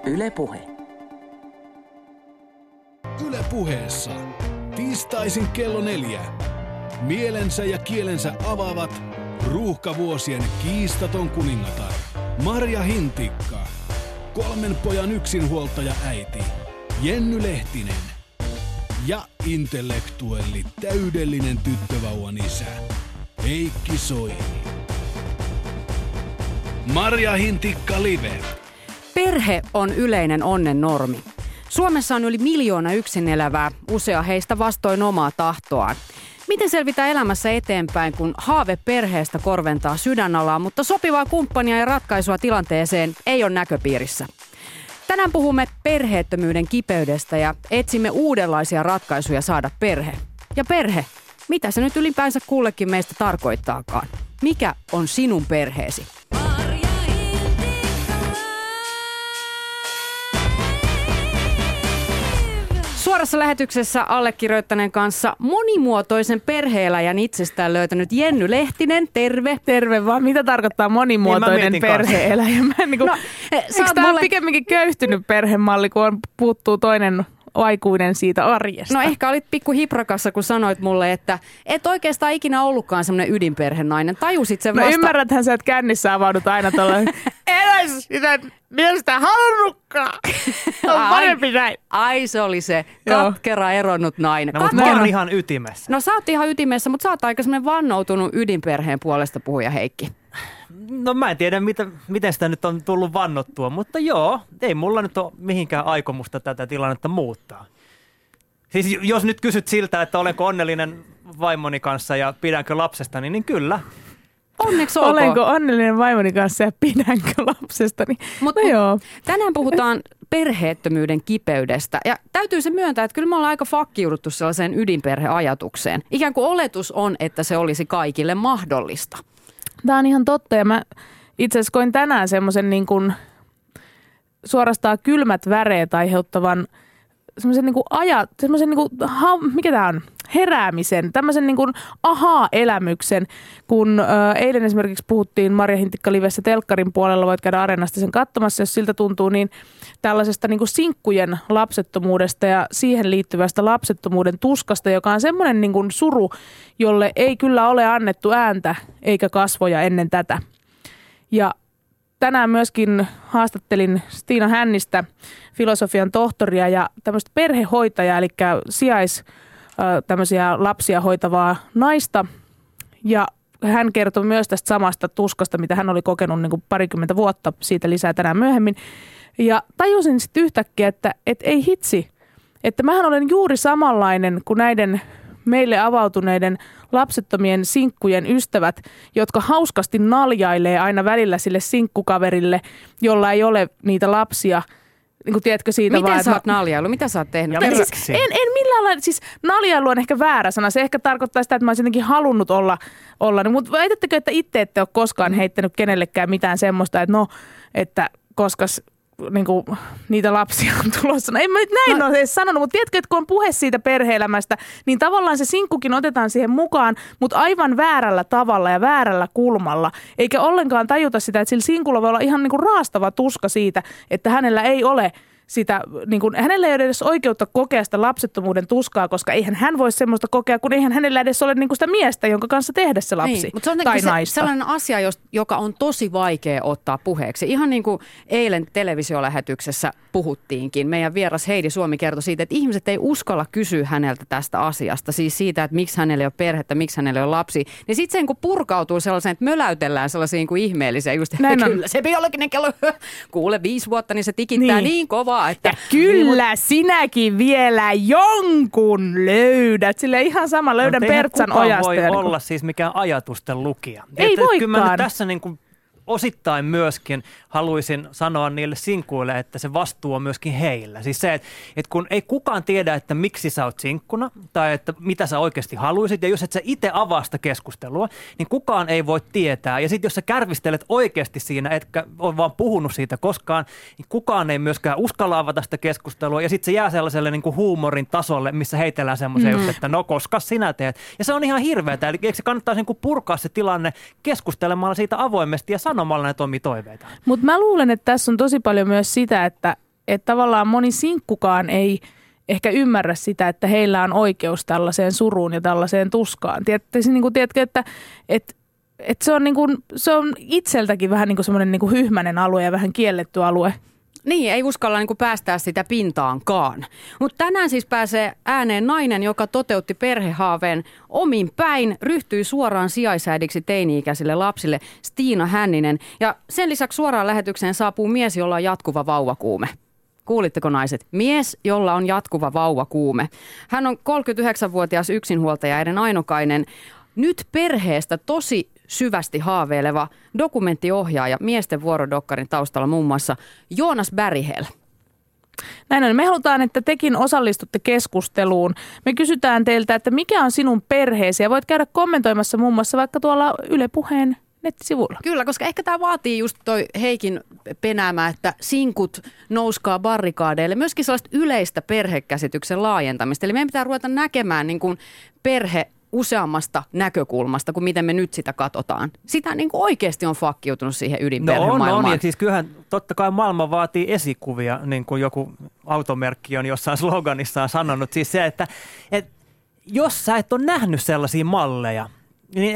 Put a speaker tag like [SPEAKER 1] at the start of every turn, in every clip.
[SPEAKER 1] Yle Puhe.
[SPEAKER 2] Yle Puheessa. Tiistaisin kello 4. Mielensä ja kielensä avaavat ruuhkavuosien kiistaton kuningatar Marja Hintikka. 3 pojan yksinhuoltaja äiti Jenny Lehtinen. Ja intellektuelli täydellinen tyttövauvan isä Heikki Soini. Marja Hintikka Live.
[SPEAKER 3] Perhe on yleinen onnen normi. Suomessa on yli 1 miljoona yksin elävää, usea heistä vastoin omaa tahtoaan. Miten selvitään elämässä eteenpäin, kun haave perheestä korventaa sydänalaa, mutta sopivaa kumppania ja ratkaisua tilanteeseen ei ole näköpiirissä? Tänään puhumme perheettömyyden kipeydestä ja etsimme uudenlaisia ratkaisuja saada perhe. Ja perhe, mitä se nyt ylipäänsä kullekin meistä tarkoittaakaan? Mikä on sinun perheesi? Suorassa lähetyksessä allekirjoittaneen kanssa monimuotoisen perhe-eläjän itsestään löytänyt Jenny Lehtinen. Terve.
[SPEAKER 4] Terve vaan. Mitä tarkoittaa monimuotoinen perhe-eläjä? Eikö tämä on pikemminkin köyhtynyt perhemalli, kun puuttuu toinen aikuinen siitä arjesta?
[SPEAKER 3] No ehkä olit pikku hiprakassa, kun sanoit mulle, että et oikeastaan ikinä ollutkaan semmoinen ydinperhenainen. Tajusit sen vasta?
[SPEAKER 4] No ymmärräthän sä, että kännissä avaudut aina tuollainen. Ei sitä miestä halunnutkaan. On parempi näin.
[SPEAKER 3] Ai se oli se katkera eronnut nainen.
[SPEAKER 5] No, mutta mä oon ihan ytimessä.
[SPEAKER 3] No sä oot ihan ytimessä, mutta sä oot aika semmoinen vannoutunut ydinperheen puolesta puhuja, Heikki.
[SPEAKER 5] No mä en tiedä, miten sitä nyt on tullut vannottua, mutta joo, ei mulla nyt ole mihinkään aikomusta tätä tilannetta muuttaa. Siis jos nyt kysyt siltä, että olenko onnellinen vaimoni kanssa ja pidänkö lapsestani, niin kyllä.
[SPEAKER 3] Onneksi olkoon.
[SPEAKER 4] Olenko onnellinen vaimoni kanssa ja pidänkö lapsestani?
[SPEAKER 3] Mutta joo. Tänään puhutaan perheettömyyden kipeydestä. Ja täytyy se myöntää, että kyllä me ollaan aika fakkiuduttu sellaiseen ydinperheajatukseen. Ikään kuin oletus on, että se olisi kaikille mahdollista.
[SPEAKER 4] Tämä on ihan totta ja mä itse asiassa koin tänään semmoisen niin kuin suorastaan kylmät väreet aiheuttavan semmoisen niin kuin semmoisen niin kuin, mikä tämä on? Heräämisen, tämmöisen niin kuin ahaa-elämyksen, kun eilen esimerkiksi puhuttiin Marja Hintikka Livessä telkkarin puolella, voit käydä Areenasta sen katsomassa, jos siltä tuntuu, niin tällaisesta niin kuin sinkkujen lapsettomuudesta ja siihen liittyvästä lapsettomuuden tuskasta, joka on semmoinen niin kuin suru, jolle ei kyllä ole annettu ääntä eikä kasvoja ennen tätä. Ja tänään myöskin haastattelin Stiina Hännistä, filosofian tohtoria ja tämmöistä perhehoitajaa, eli tämmöisiä lapsia hoitavaa naista. Ja hän kertoi myös tästä samasta tuskasta, mitä hän oli kokenut niin kuin 20 vuotta, siitä lisää tänään myöhemmin. Ja tajusin sitten yhtäkkiä, että ei hitsi, että mähän olen juuri samanlainen kuin näiden meille avautuneiden lapsettomien sinkkujen ystävät, jotka hauskasti naljailee aina välillä sille sinkkukaverille, jolla ei ole niitä lapsia. Niin kuin tiedätkö siitä
[SPEAKER 3] miten
[SPEAKER 4] vaan,
[SPEAKER 3] sä oot naljailu? Mitä sä oot tehnyt?
[SPEAKER 4] Siis, en millään lailla, siis naljailu on ehkä väärä sana. Se ehkä tarkoittaa sitä, että mä olisin jotenkin halunnut olla. Mutta väitättekö, että itse ette ole koskaan heittänyt kenellekään mitään semmoista, että että koskas niin kuin, niitä lapsia on tulossa. No, en mä nyt näin ole edes sanonut, mutta tiedätkö, että kun on puhe siitä perhe-elämästä, niin tavallaan se sinkkukin otetaan siihen mukaan, mutta aivan väärällä tavalla ja väärällä kulmalla. Eikä ollenkaan tajuta sitä, että sillä sinkulla voi olla ihan niin kuin raastava tuska siitä, että hänellä ei ole sitä, niin kuin, hänellä ei ole edes oikeutta kokea sitä lapsettomuuden tuskaa, koska eihän hän voi semmoista kokea, kun eihän hänellä edes ole niin kuin sitä miestä, jonka kanssa tehdä se lapsi
[SPEAKER 3] niin, mutta se on
[SPEAKER 4] tai naista.
[SPEAKER 3] Sellainen asia, joka on tosi vaikea ottaa puheeksi. Ihan niin kuin eilen televisiolähetyksessä puhuttiinkin. Meidän vieras Heidi Suomi kertoi siitä, että ihmiset ei uskalla kysyä häneltä tästä asiasta. Siis siitä, että miksi hänellä ei ole perhettä, miksi hänellä ei ole lapsia. Niin sitten se niin kuin purkautuu sellaiseen, että möläytellään sellaisia niin kuin ihmeellisiä. Just, kyllä se biologinen kello, kuule 5 vuotta, niin se tikittää niin kovaa. Että,
[SPEAKER 4] ja kyllä sinäkin vielä jonkun löydät. Sille ihan sama löydän Pertsan ojasta.
[SPEAKER 5] Voi olla siis mikään ajatusten lukija.
[SPEAKER 4] Ei voikaan.
[SPEAKER 5] Kyllä mä nyt tässä niin kuin osittain myöskin haluaisin sanoa niille sinkuille, että se vastuu on myöskin heillä. Siis se, että kun ei kukaan tiedä, että miksi sä oot sinkkuna tai että mitä sä oikeasti haluisit. Ja jos et sä itse avaa sitä keskustelua, niin kukaan ei voi tietää. Ja sitten jos sä kärvistelet oikeasti siinä, etkä ole vaan puhunut siitä koskaan, niin kukaan ei myöskään uskalla avata sitä keskustelua. Ja sitten se jää sellaiselle niin kuin huumorin tasolle, missä heitellään semmoisen just, että no koska sinä teet. Ja se on ihan hirveätä. Eli eikö se kannattaa niin kuin purkaa se tilanne keskustelemalla siitä avoimesti ja sanomalla näitä omia toiveita.
[SPEAKER 4] Mutta mä luulen, että tässä on tosi paljon myös sitä, että että tavallaan moni sinkkukaan ei ehkä ymmärrä sitä, että heillä on oikeus tällaiseen suruun ja tällaiseen tuskaan. Tiedätkö, että se on itseltäkin vähän niin kuin semmoinen niin kuin hyhmäinen alue ja vähän kielletty alue.
[SPEAKER 3] Niin, ei uskalla niin kuin päästää sitä pintaankaan. Mutta tänään siis pääsee ääneen nainen, joka toteutti perhehaaveen omin päin, ryhtyi suoraan sijaisäidiksi teini-ikäisille lapsille, Stiina Hänninen. Ja sen lisäksi suoraan lähetykseen saapuu mies, jolla on jatkuva vauvakuume. Kuulitteko naiset? Mies, jolla on jatkuva vauvakuume. Hän on 39-vuotias yksinhuoltajaiden ainokainen, nyt perheestä tosi syvästi haaveileva dokumenttiohjaaja, miesten vuorodokkarin taustalla muun muassa Joonas Berghel.
[SPEAKER 4] Näin on. Me halutaan, että tekin osallistutte keskusteluun. Me kysytään teiltä, että mikä on sinun perheesi, ja voit käydä kommentoimassa muun muassa vaikka tuolla Yle Puheen nettisivulla.
[SPEAKER 3] Kyllä, koska ehkä tämä vaatii just toi Heikin penäämä, että sinkut nouskaa barrikaadeille. Myöskin sellaista yleistä perhekäsityksen laajentamista. Eli meidän pitää ruveta näkemään niin kuin perhe useammasta näkökulmasta kuin miten me nyt sitä katsotaan. Sitä niin kuin oikeasti on fakkiutunut siihen ydinperhemaailmaan.
[SPEAKER 5] No on, ja siis kyllähän totta kai maailma vaatii esikuvia, niin kuin joku automerkki on jossain sloganissaan sanonut. Siis se, että jos sä et ole nähnyt sellaisia malleja, niin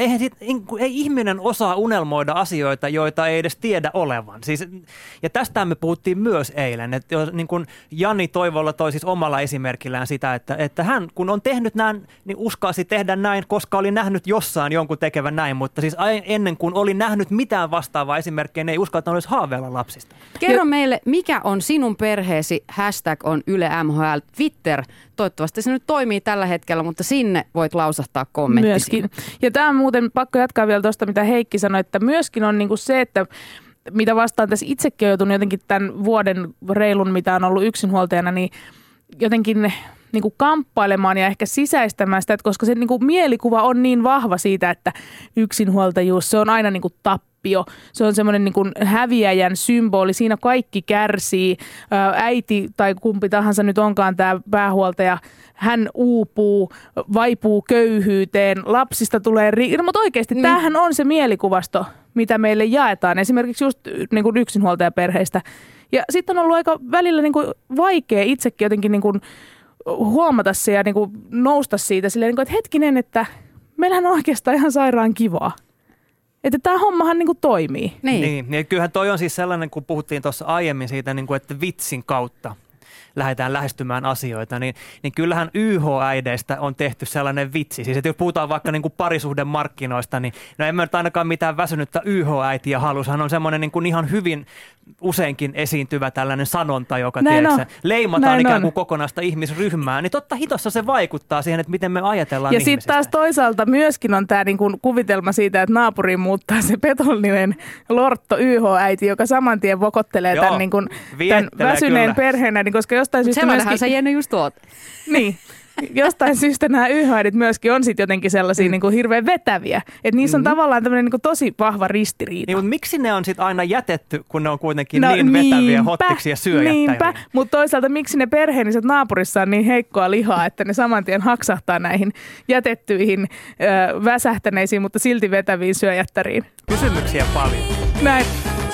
[SPEAKER 5] ei ihminen osaa unelmoida asioita, joita ei edes tiedä olevan. Siis, ja tästä me puhuttiin myös eilen, että niin kuin Jani Toivola toi siis omalla esimerkillään sitä, että hän kun on tehnyt näin, niin uskalsi tehdä näin, koska oli nähnyt jossain jonkun tekevän näin, mutta siis ennen kuin oli nähnyt mitään vastaavaa esimerkkiä, niin ei uskaltanut edes haaveilla lapsista.
[SPEAKER 3] Kerro meille, mikä on sinun perheesi, hashtag on Yle MHL, Twitter. Toivottavasti se nyt toimii tällä hetkellä, mutta sinne voit lausahtaa kommenttisi.
[SPEAKER 4] Myöskin. Ja tämä on muuten pakko jatkaa vielä tuosta, mitä Heikki sanoi, että myöskin on niinku se, että mitä vastaan tässä itsekin on joutunut jotenkin tämän vuoden reilun, mitä on ollut yksinhuoltajana, niin jotenkin niinku kamppailemaan ja ehkä sisäistämään sitä, että koska se niinku mielikuva on niin vahva siitä, että yksinhuoltajuus, se on aina niinku tappio. Se on semmoinen niin kuin häviäjän symboli. Siinä kaikki kärsii. Äiti tai kumpi tahansa nyt onkaan tämä päähuoltaja, hän uupuu, vaipuu köyhyyteen, lapsista tulee mutta oikeasti tämähän on se mielikuvasto, mitä meille jaetaan. Esimerkiksi just niin kuin yksinhuoltajaperheistä. Ja sitten on ollut aika välillä niin kuin vaikea itsekin jotenkin niin kuin huomata se ja niin kuin nousta siitä silleen, niin kuin, että hetkinen, että meillähän on oikeastaan ihan sairaan kivaa. Että tämä hommahan niin kuin toimii.
[SPEAKER 5] Niin. Ja kyllähän toi on siis sellainen, kun puhuttiin tuossa aiemmin siitä, niin kuin, että vitsin kautta lähdetään lähestymään asioita, niin kyllähän YH-äideistä on tehty sellainen vitsi. Siis että jos puhutaan vaikka niin kuin parisuhdemarkkinoista, niin no emme nyt ainakaan mitään väsynyttä YH-äitiä halua. Hän on semmoinen niin kuin ihan hyvin useinkin esiintyvä tällainen sanonta, joka leimataan ikään kuin kokonaista ihmisryhmää. Niin totta hitossa se vaikuttaa siihen, että miten me ajatellaan ihmisistä.
[SPEAKER 4] Ja sitten taas toisaalta myöskin on tämä niin kuin kuvitelma siitä, että naapuriin muuttaa se petollinen lortto YH-äiti, joka saman tien vokottelee tämän, niin kuin, tämän väsyneen perheenä, niin koska jostain syystä
[SPEAKER 3] myöskin sä Jenny just oot.
[SPEAKER 4] Niin. Jostain syystä nämä YH-äidit myöskin on sitten jotenkin sellaisia niin kuin hirveän vetäviä. Että niissä on tavallaan tämmöinen niin kuin tosi vahva ristiriita.
[SPEAKER 5] Niin, mutta miksi ne on sitten aina jätetty, kun ne on kuitenkin niin vetäviä hottiksi ja syöjättäjiä? Niinpä,
[SPEAKER 4] mutta toisaalta miksi ne perheelliset naapurissa on niin heikkoa lihaa, että ne saman tien haksahtaa näihin jätettyihin, väsähtäneisiin, mutta silti vetäviin syöjättäriin.
[SPEAKER 5] Kysymyksiä paljon.
[SPEAKER 4] Näin.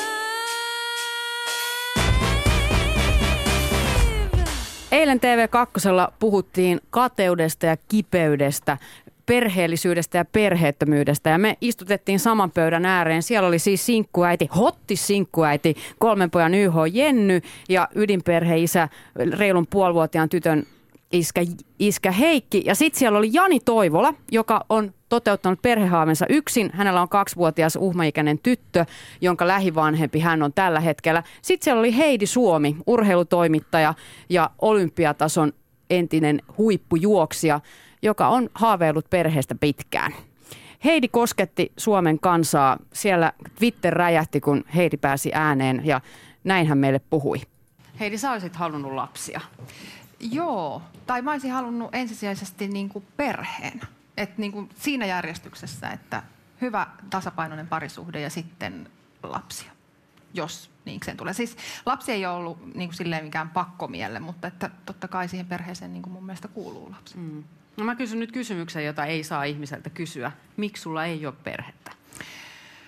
[SPEAKER 3] Eilen TV2 puhuttiin kateudesta ja kipeydestä, perheellisyydestä ja perheettömyydestä ja me istutettiin saman pöydän ääreen. Siellä oli siis sinkkuäiti, 3 pojan YH Jenny ja ydinperheisä, reilun puolivuotiaan tytön iskä Heikki. Ja sitten siellä oli Jani Toivola, joka on toteuttanut perhehaavensa yksin. Hänellä on 2-vuotias uhmaikäinen tyttö, jonka lähivanhempi hän on tällä hetkellä. Sitten siellä oli Heidi Suomi, urheilutoimittaja ja olympiatason entinen huippujuoksija, joka on haaveillut perheestä pitkään. Heidi kosketti Suomen kansaa. Siellä Twitter räjähti, kun Heidi pääsi ääneen ja näin hän meille puhui. Heidi, sä olisit halunnut lapsia.
[SPEAKER 1] Joo, tai mä olisin halunnut ensisijaisesti niin kuin perheen. Et niin kuin siinä järjestyksessä, että hyvä tasapainoinen parisuhde ja sitten lapsia, jos niikseen tulee. Siis lapsi ei ole ollut niin kuin silleen mikään pakkomielle, mutta että totta kai siihen perheeseen niin kuin mun mielestä kuuluu lapsi.
[SPEAKER 3] No mä kysyn nyt kysymyksen, jota ei saa ihmiseltä kysyä. Miksi sulla ei ole perhettä?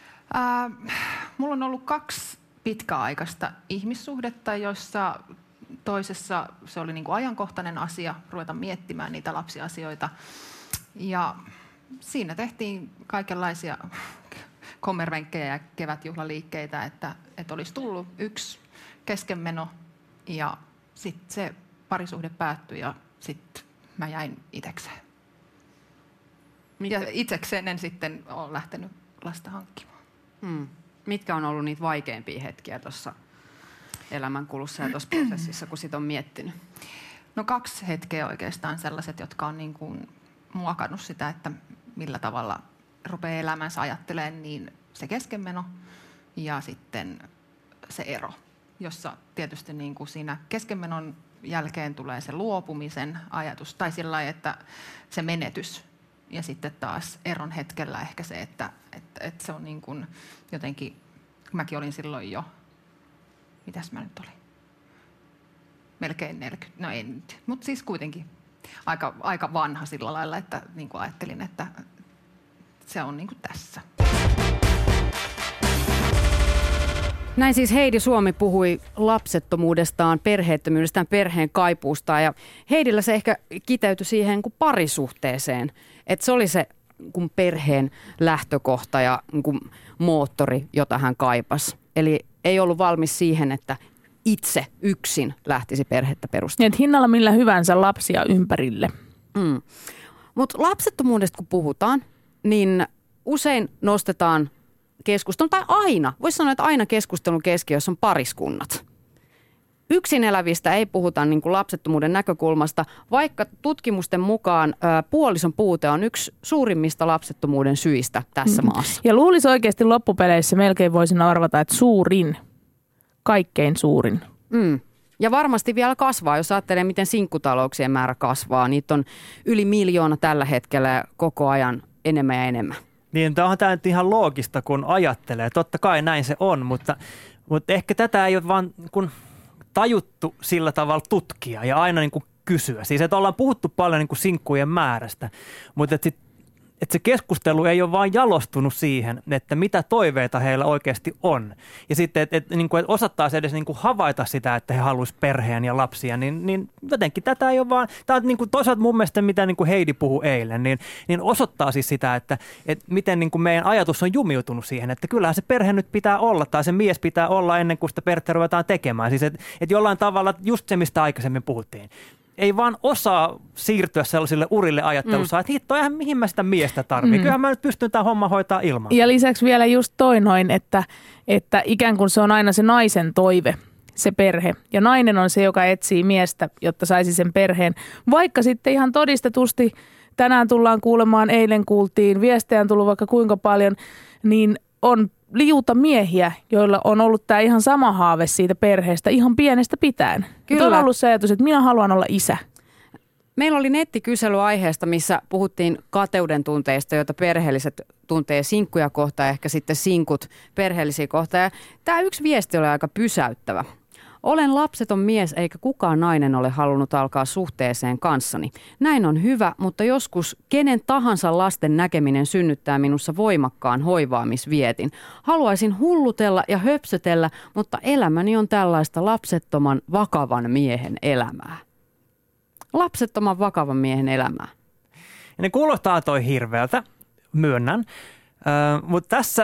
[SPEAKER 1] Mulla on ollut 2 pitkäaikaista ihmissuhdetta, joissa toisessa se oli niin kuin ajankohtainen asia, ruveta miettimään niitä lapsiasioita. Ja siinä tehtiin kaikenlaisia kommervenkkejä ja kevätjuhlaliikkeitä, että olisi tullut yksi keskenmeno ja sitten se parisuhde päättyi ja sitten mä jäin itsekseen. Ja itsekseen en sitten ole lähtenyt lasta hankkimaan.
[SPEAKER 3] Mitkä on ollut niitä vaikeimpia hetkiä tuossa elämänkulussa ja tuossa prosessissa, kun sit on miettinyt?
[SPEAKER 1] No 2 hetkeä oikeastaan sellaiset, jotka on niin kuin muokannut sitä, että millä tavalla rupeaa elämänsä ajattelemaan, niin se keskenmeno ja sitten se ero, jossa tietysti niin kuin siinä keskenmenon jälkeen tulee se luopumisen ajatus, tai sillä lailla, että se menetys. Ja sitten taas eron hetkellä ehkä se, että se on niin kuin jotenkin, mäkin olin silloin jo, mitäs mä nyt olin? Melkein 40, no ei nyt, mutta siis kuitenkin aika vanha sillä lailla, että niin kuin ajattelin, että se on niin kuin tässä.
[SPEAKER 3] Näin siis Heidi Suomi puhui lapsettomuudestaan, perheettömyydestään, perheen kaipuusta ja Heidillä se ehkä kiteytyi siihen kuin parisuhteeseen, että se oli se kuin perheen lähtökohta ja kuin moottori, jota hän kaipasi. Eli ei ollut valmis siihen, että itse yksin lähtisi perhettä perustamaan.
[SPEAKER 4] Niin, hinnalla millä hyvänsä lapsia ympärille.
[SPEAKER 3] Mutta lapsettomuudesta kun puhutaan, niin usein nostetaan keskustelun, tai aina, voisi sanoa, että aina keskustelun keskiössä on pariskunnat. Yksin elävistä ei puhuta niin kuin lapsettomuuden näkökulmasta, vaikka tutkimusten mukaan puolison puute on yksi suurimmista lapsettomuuden syistä tässä maassa.
[SPEAKER 4] Ja luulisi oikeasti loppupeleissä melkein voisin arvata, että suurin, kaikkein suurin.
[SPEAKER 3] Ja varmasti vielä kasvaa, jos ajattelee, miten sinkkutalouksien määrä kasvaa. Niitä on yli 1 miljoona tällä hetkellä ja koko ajan enemmän ja enemmän.
[SPEAKER 5] Niin, onhan tämä nyt ihan loogista, kun ajattelee. Totta kai näin se on, mutta ehkä tätä ei ole vaan kun tajuttu sillä tavalla tutkia ja aina niin kuin kysyä. Siis, että ollaan puhuttu paljon niin kuin sinkkujen määrästä, mutta että se keskustelu ei ole vaan jalostunut siihen, että mitä toiveita heillä oikeasti on. Ja sitten, että osattaisi edes niin kuin havaita sitä, että he haluaisivat perheen ja lapsia, niin jotenkin tätä ei ole vaan, tämä on niin kuin toisaalta mun mielestä, mitä niin kuin Heidi puhui eilen, niin osoittaa siis sitä, että miten niin kuin meidän ajatus on jumiutunut siihen, että kyllähän se perhe nyt pitää olla, tai se mies pitää olla ennen kuin sitä perhettä ruvetaan tekemään. Siis, että jollain tavalla just se, mistä aikaisemmin puhuttiin. Ei vaan osaa siirtyä sellaisille urille ajattelussa, että hitto, mihin mä sitä miestä tarvitsen. Kyllähän mä nyt pystyn tämän homman hoitaa ilman.
[SPEAKER 4] Ja lisäksi vielä just noin, että ikään kuin se on aina se naisen toive, se perhe. Ja nainen on se, joka etsii miestä, jotta saisi sen perheen. Vaikka sitten ihan todistetusti tänään tullaan kuulemaan, eilen kuultiin, viestejä on tullut vaikka kuinka paljon, niin on liuta miehiä, joilla on ollut tämä ihan sama haave siitä perheestä ihan pienestä pitäen. Kyllä. On ollut se ajatus, että minä haluan olla isä.
[SPEAKER 3] Meillä oli nettikysely aiheesta, missä puhuttiin kateuden tunteista, joita perheelliset tuntee sinkkuja kohtaan ja ehkä sitten sinkut perheellisiä kohtaan. Ja tämä yksi viesti oli aika pysäyttävä. Olen lapseton mies eikä kukaan nainen ole halunnut alkaa suhteeseen kanssani. Näin on hyvä, mutta joskus kenen tahansa lasten näkeminen synnyttää minussa voimakkaan hoivaamisvietin. Haluaisin hullutella ja höpsötellä, mutta elämäni on tällaista lapsettoman vakavan miehen elämää. Lapsettoman vakavan miehen elämää.
[SPEAKER 5] Ja ne kuulostaa toi hirveältä, myönnän, mutta tässä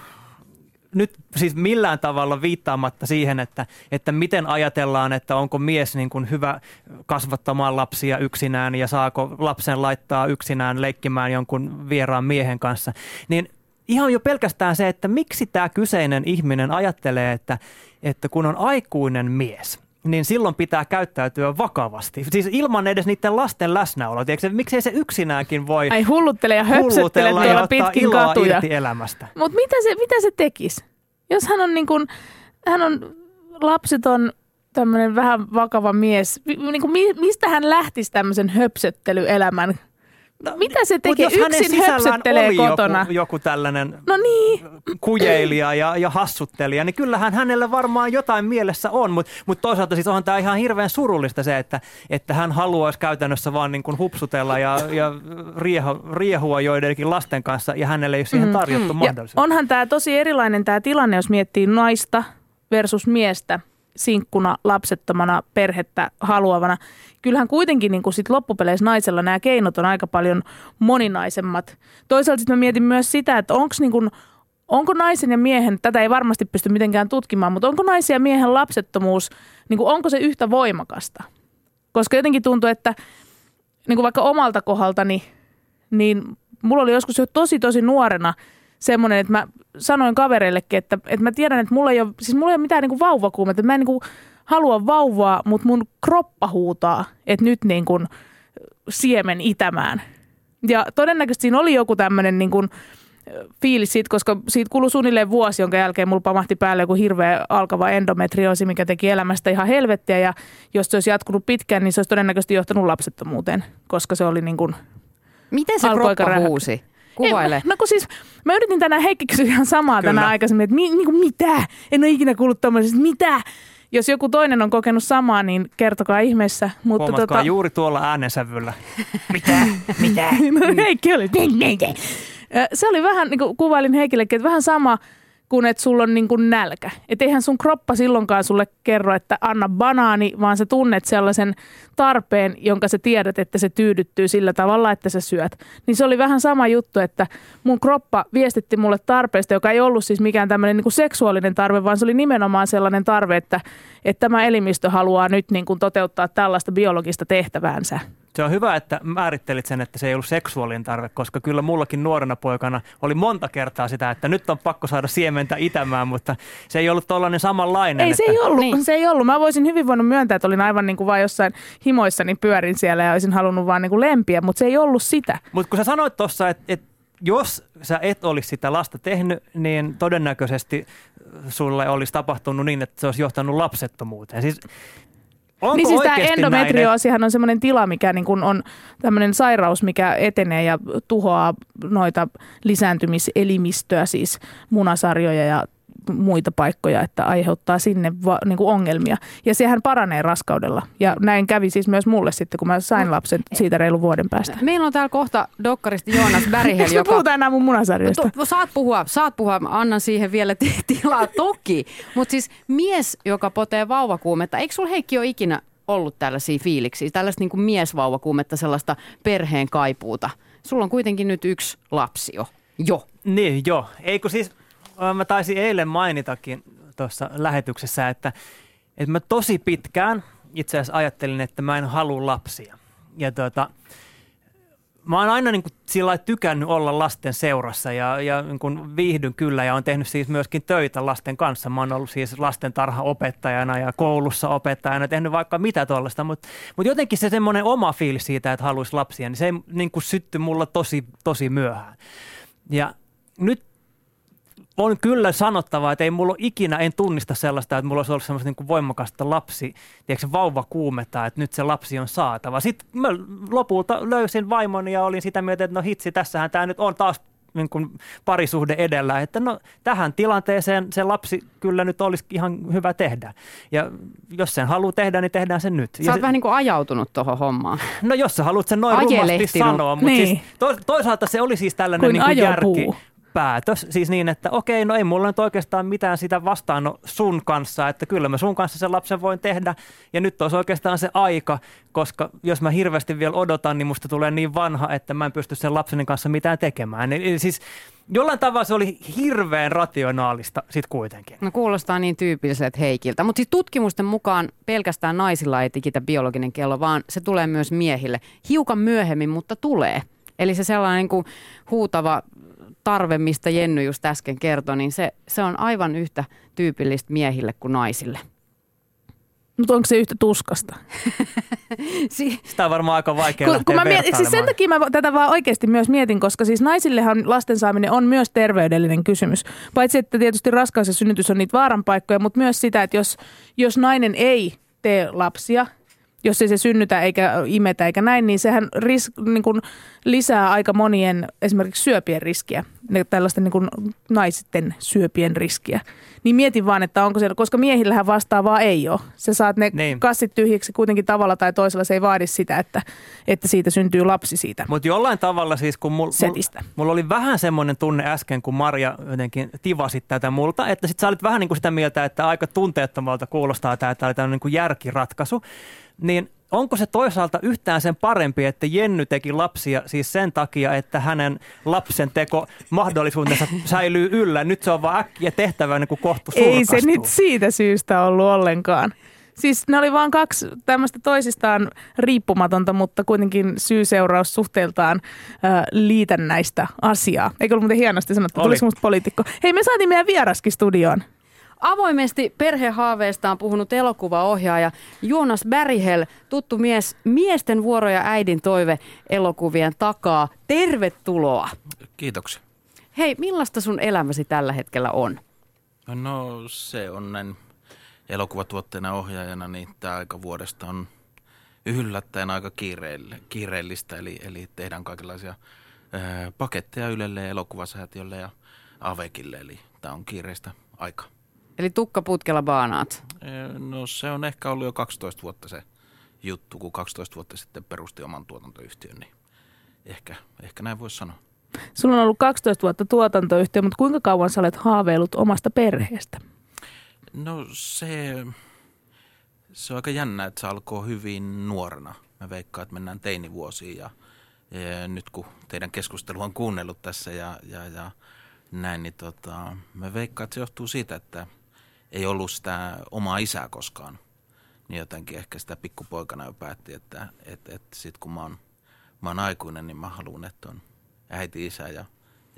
[SPEAKER 5] nyt siis millään tavalla viittaamatta siihen, että miten ajatellaan, että onko mies niin kuin hyvä kasvattamaan lapsia yksinään ja saako lapsen laittaa yksinään leikkimään jonkun vieraan miehen kanssa, niin ihan jo pelkästään se, että miksi tämä kyseinen ihminen ajattelee, että kun on aikuinen mies, niin silloin pitää käyttäytyä vakavasti. Siis ilman edes niiden lasten läsnäoloa. Miksei se yksinäänkin voi
[SPEAKER 4] hulluttele ja höpsöttele tuolla pitkin katuja
[SPEAKER 5] irti elämästä.
[SPEAKER 4] Mutta mitä se tekisi? Jos hän on lapseton, tämmöinen vähän vakava mies, mistä hän lähtisi tämmöisen höpsöttelyelämän? Mitä se tekee? Yksin höpsöttelee kotona.
[SPEAKER 5] Joku tällainen kujeilija ja hassuttelija, niin kyllähän hänellä varmaan jotain mielessä on, mutta toisaalta siis onhan tämä ihan hirveän surullista se, että hän haluaisi käytännössä vaan niin kuin hupsutella ja riehua joidenkin lasten kanssa ja hänelle ei ole siihen tarjottu mahdollisuutta.
[SPEAKER 4] Onhan tämä tosi erilainen tämä tilanne, jos miettii naista versus miestä. sinkkuna, lapsettomana, perhettä haluavana. Kyllähän kuitenkin niin kuin sit loppupeleissä naisella nämä keinot on aika paljon moninaisemmat. Toisaalta sitten mä mietin myös sitä, että onko naisen ja miehen, tätä ei varmasti pysty mitenkään tutkimaan, mutta onko naisen ja miehen lapsettomuus, niin kuin onko se yhtä voimakasta? Koska jotenkin tuntuu, että niin kuin vaikka omalta kohdaltani, niin mulla oli joskus jo tosi nuorena semmoinen, että mä sanoin kavereillekin, että mä tiedän, että mulla ei ole mitään niin kuin vauvakuumetta. Mä en niin kuin halua vauvaa, mutta mun kroppa huutaa, että nyt niin kuin siemen itämään. Ja todennäköisesti siinä oli joku tämmöinen niin kuin fiilis siitä, koska siitä kului suunnilleen vuosi, jonka jälkeen mulla pamahti päälle joku hirveä alkava endometrioosi, mikä teki elämästä ihan helvettiä. Ja jos se olisi jatkunut pitkään, niin se olisi todennäköisesti johtanut lapsettomuuteen, koska se oli niin kuin...
[SPEAKER 3] Miten se kroppa huusi? Kuvaile.
[SPEAKER 4] No kun siis, mä yritin tänään Heikki kysyä ihan samaa tänään aikaisemmin, että niinku mitä? En ole ikinä kuullut tämmöisestä, mitä? Jos joku toinen on kokenut samaa, niin kertokaa ihmeessä.
[SPEAKER 5] Huomatkaa juuri tuolla äänensävyllä. Mitä?
[SPEAKER 4] No Heikki oli. Se oli vähän, niin kuin kuvailin Heikillekin, että vähän sama kuin että sulla on niin kuin nälkä. Että eihän sun kroppa silloinkaan sulle kerro, että anna banaani, vaan sä tunnet sellaisen tarpeen, jonka sä tiedät, että se tyydyttyy sillä tavalla, että sä syöt. Niin se oli vähän sama juttu, että mun kroppa viestitti mulle tarpeesta, joka ei ollut siis mikään tämmöinen niin kuin seksuaalinen tarve, vaan se oli nimenomaan sellainen tarve, että tämä elimistö haluaa nyt niin kuin toteuttaa tällaista biologista tehtäväänsä.
[SPEAKER 5] Se on hyvä, että määrittelit sen, että se ei ollut seksuaalinen tarve, koska kyllä mullakin nuorena poikana oli monta kertaa sitä, että nyt on pakko saada siementä itämään, mutta se ei ollut tollainen samanlainen.
[SPEAKER 4] Ei, se ei ollut. Niin. Se ei ollut. Mä voisin hyvin voinut myöntää, että olin aivan niin kuin vaan jossain himoissani pyörin siellä ja olisin halunnut vaan niin kuin lempiä, mutta se ei ollut sitä.
[SPEAKER 5] Mutta kun sä sanoit tuossa, että jos sä et olisi sitä lasta tehnyt, niin todennäköisesti sulle olisi tapahtunut niin, että se olisi johtanut lapsettomuuteen. Siis
[SPEAKER 4] niin siis tämä endometrioosihan on semmoinen tila, mikä niin kuin on tämmöinen sairaus, mikä etenee ja tuhoaa noita lisääntymiselimistöä, siis munasarjoja ja muita paikkoja, että aiheuttaa sinne niin kuin ongelmia. Ja sehän paranee raskaudella. Ja näin kävi siis myös mulle sitten, kun mä sain lapsen siitä reilun vuoden päästä.
[SPEAKER 3] Meillä on täällä kohta dokkaristi Joonas Berghel, joka...
[SPEAKER 4] puhutaan enää mun munasarjoista?
[SPEAKER 3] Saat puhua, annan siihen vielä tilaa toki. Mutta siis mies, joka potee vauvakuumetta, eikö sulla Heikki ole ikinä ollut tällaisia fiiliksiä, tällaista niin kuin miesvauvakuumetta, sellaista perheen kaipuuta? Sulla on kuitenkin nyt yksi lapsi jo.
[SPEAKER 5] Niin, jo. Eikö siis... Mä taisin eilen mainitakin tuossa lähetyksessä, että mä tosi pitkään itse asiassa ajattelin, että mä en halua lapsia. Ja mä oon aina niin kuin sillä lailla tykännyt olla lasten seurassa ja niin kuin viihdyn kyllä ja oon tehnyt siis myöskin töitä lasten kanssa. Mä oon ollut siis lastentarhaopettajana ja koulussa opettajana, tehnyt vaikka mitä tuollaista, mutta jotenkin se semmoinen oma fiilis siitä, että haluaisi lapsia, niin se niin kuin syttyi mulla tosi myöhään. Ja nyt on kyllä sanottavaa, että ei mulla ole ikinä, en tunnista sellaista, että mulla olisi ollut semmoista niin kuin voimakasta vauvakuumetta, että nyt se lapsi on saatava. Sitten mä lopulta löysin vaimoni ja olin sitä mieltä, että no hitsi, tässähän tämä nyt on taas niin kuin parisuhde edellä, että no tähän tilanteeseen se lapsi kyllä nyt olisi ihan hyvä tehdä. Ja jos sen haluaa tehdä, niin tehdään sen nyt.
[SPEAKER 3] Sä oot vähän niin kuin ajautunut tuohon hommaan.
[SPEAKER 5] No jos sä haluat sen noin rumasti sanoa, mutta niin. Siis toisaalta se oli siis tällainen niin kuin järki. Päätös, siis niin, että okei, no ei mulla nyt oikeastaan mitään sitä vastaan sun kanssa, että kyllä mä sun kanssa sen lapsen voin tehdä ja nyt olisi oikeastaan se aika, koska jos mä hirveästi vielä odotan, niin musta tulee niin vanha, että mä en pysty sen lapseni kanssa mitään tekemään. Eli siis jollain tavalla se oli hirveän rationaalista sit kuitenkin.
[SPEAKER 3] No kuulostaa niin tyypilliseltä Heikiltä, mutta siis tutkimusten mukaan pelkästään naisilla ei tikitä biologinen kello, vaan se tulee myös miehille. Hiukan myöhemmin, mutta tulee. Eli se sellainen niin kuin huutava tarve, mistä Jenny just äsken kertoi, niin se on aivan yhtä tyypillistä miehille kuin naisille.
[SPEAKER 4] Mutta onko se yhtä tuskasta?
[SPEAKER 5] Sitä on varmaan aika vaikea lähteä vertailemaan.
[SPEAKER 4] Siis sen takia mä tätä vaan oikeasti myös mietin, koska siis naisillehan lasten saaminen on myös terveydellinen kysymys. Paitsi, että tietysti raskaus ja synnytys on niitä vaaranpaikkoja, mutta myös sitä, että jos nainen ei tee lapsia, jos ei se synnytä eikä imetä eikä näin, niin sehän niin kuin lisää aika monien esimerkiksi syöpien riskiä. tällaisten niin kuin naisten syöpien riskiä. Niin mietin vaan, että onko siellä, koska miehillähän vastaavaa ei ole. Sä saat ne kassit tyhjiksi kuitenkin tavalla tai toisella, se ei vaadi sitä, että siitä syntyy lapsi siitä.
[SPEAKER 5] Mutta jollain tavalla siis, kun
[SPEAKER 4] setistä.
[SPEAKER 5] Mulla oli vähän semmoinen tunne äsken, kun Maria jotenkin tivasi tätä multa, että sit sä olit vähän niin kuin sitä mieltä, että aika tunteettomalta kuulostaa tämä, että tämä oli tämmöinen niin kuin järkiratkaisu, niin onko se toisaalta yhtään sen parempi, että Jenny teki lapsia siis sen takia, että hänen lapsen teko mahdollisuutensa säilyy yllä? Nyt se on vaan äkkiä tehtävä niin kuin kohtu surkastuu.
[SPEAKER 4] Ei se nyt siitä syystä ollut ollenkaan. Siis ne oli vaan kaksi tämmöistä toisistaan riippumatonta, mutta kuitenkin syy-seuraus suhteeltaan liitännäistä asiaa. Eikö ollut muuten hienosti sanottu? Tuliko musta poliitikko? Hei, me saatiin meidän vieraskin studioon.
[SPEAKER 3] Avoimesti perhehaaveesta on puhunut elokuvaohjaaja Jonas Berghel, tuttu mies Miesten vuoro ja äidin toive elokuvien takaa. Tervetuloa.
[SPEAKER 6] Kiitoksia.
[SPEAKER 3] Hei, millaista sun elämäsi tällä hetkellä on?
[SPEAKER 6] No se on näin elokuvatuotteena ohjaajana, niin tämä aika vuodesta on yllättäen aika kiireellistä, eli tehdään kaikenlaisia paketteja Ylelle, elokuvasäätiölle ja Avekille, eli tämä on kiireistä aikaa.
[SPEAKER 3] Eli tukkaputkella baanaat?
[SPEAKER 6] No se on ehkä ollut jo 12 vuotta se juttu, kun 12 vuotta sitten perusti oman tuotantoyhtiön, niin ehkä näin voisi sanoa.
[SPEAKER 4] Sulla on ollut 12 vuotta tuotantoyhtiö, mutta kuinka kauan sä olet haaveillut omasta perheestä?
[SPEAKER 6] No se on aika jännä, että se alkoi hyvin nuorena. Mä veikkaan, että mennään teinivuosiin ja nyt kun teidän keskustelu on kuunnellut tässä ja näin, niin mä veikkaan, että se johtuu siitä, että ei ollut sitä omaa isää koskaan. Niin jotenkin ehkä sitä pikkupoikana jo päätti, että sit kun mä oon aikuinen, niin mä haluan, että on äiti, isä ja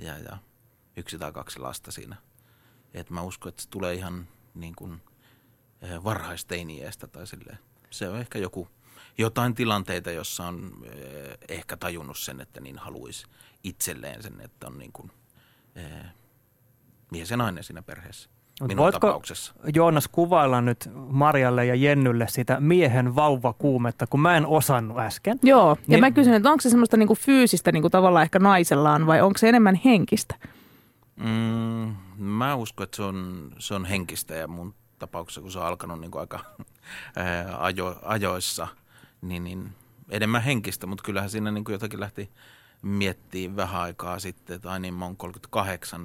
[SPEAKER 6] 1 tai 2 lasta siinä. Et mä uskon, että se tulee ihan niin kuin varhaisteini-iästä tai silleen. Se on ehkä jotain tilanteita, jossa on ehkä tajunnut sen, että niin haluaisi itselleen sen, että on niin kuin mies ja nainen siinä perheessä. Minun tapauksessa.
[SPEAKER 5] Joonas kuvailla nyt Marjalle ja Jennylle sitä miehen vauvakuumetta, kun mä en osannut äsken?
[SPEAKER 4] Joo, ja mä kysyn, että onko se semmoista niinku fyysistä niinku tavallaan ehkä naisellaan vai onko se enemmän henkistä?
[SPEAKER 6] Mä uskon, että se on henkistä ja mun tapauksessa, kun se on alkanut niinku aika ajoissa, niin enemmän henkistä, mutta kyllähän siinä niinku jotakin lähti miettimään vähän aikaa sitten, että niin mä oon 38,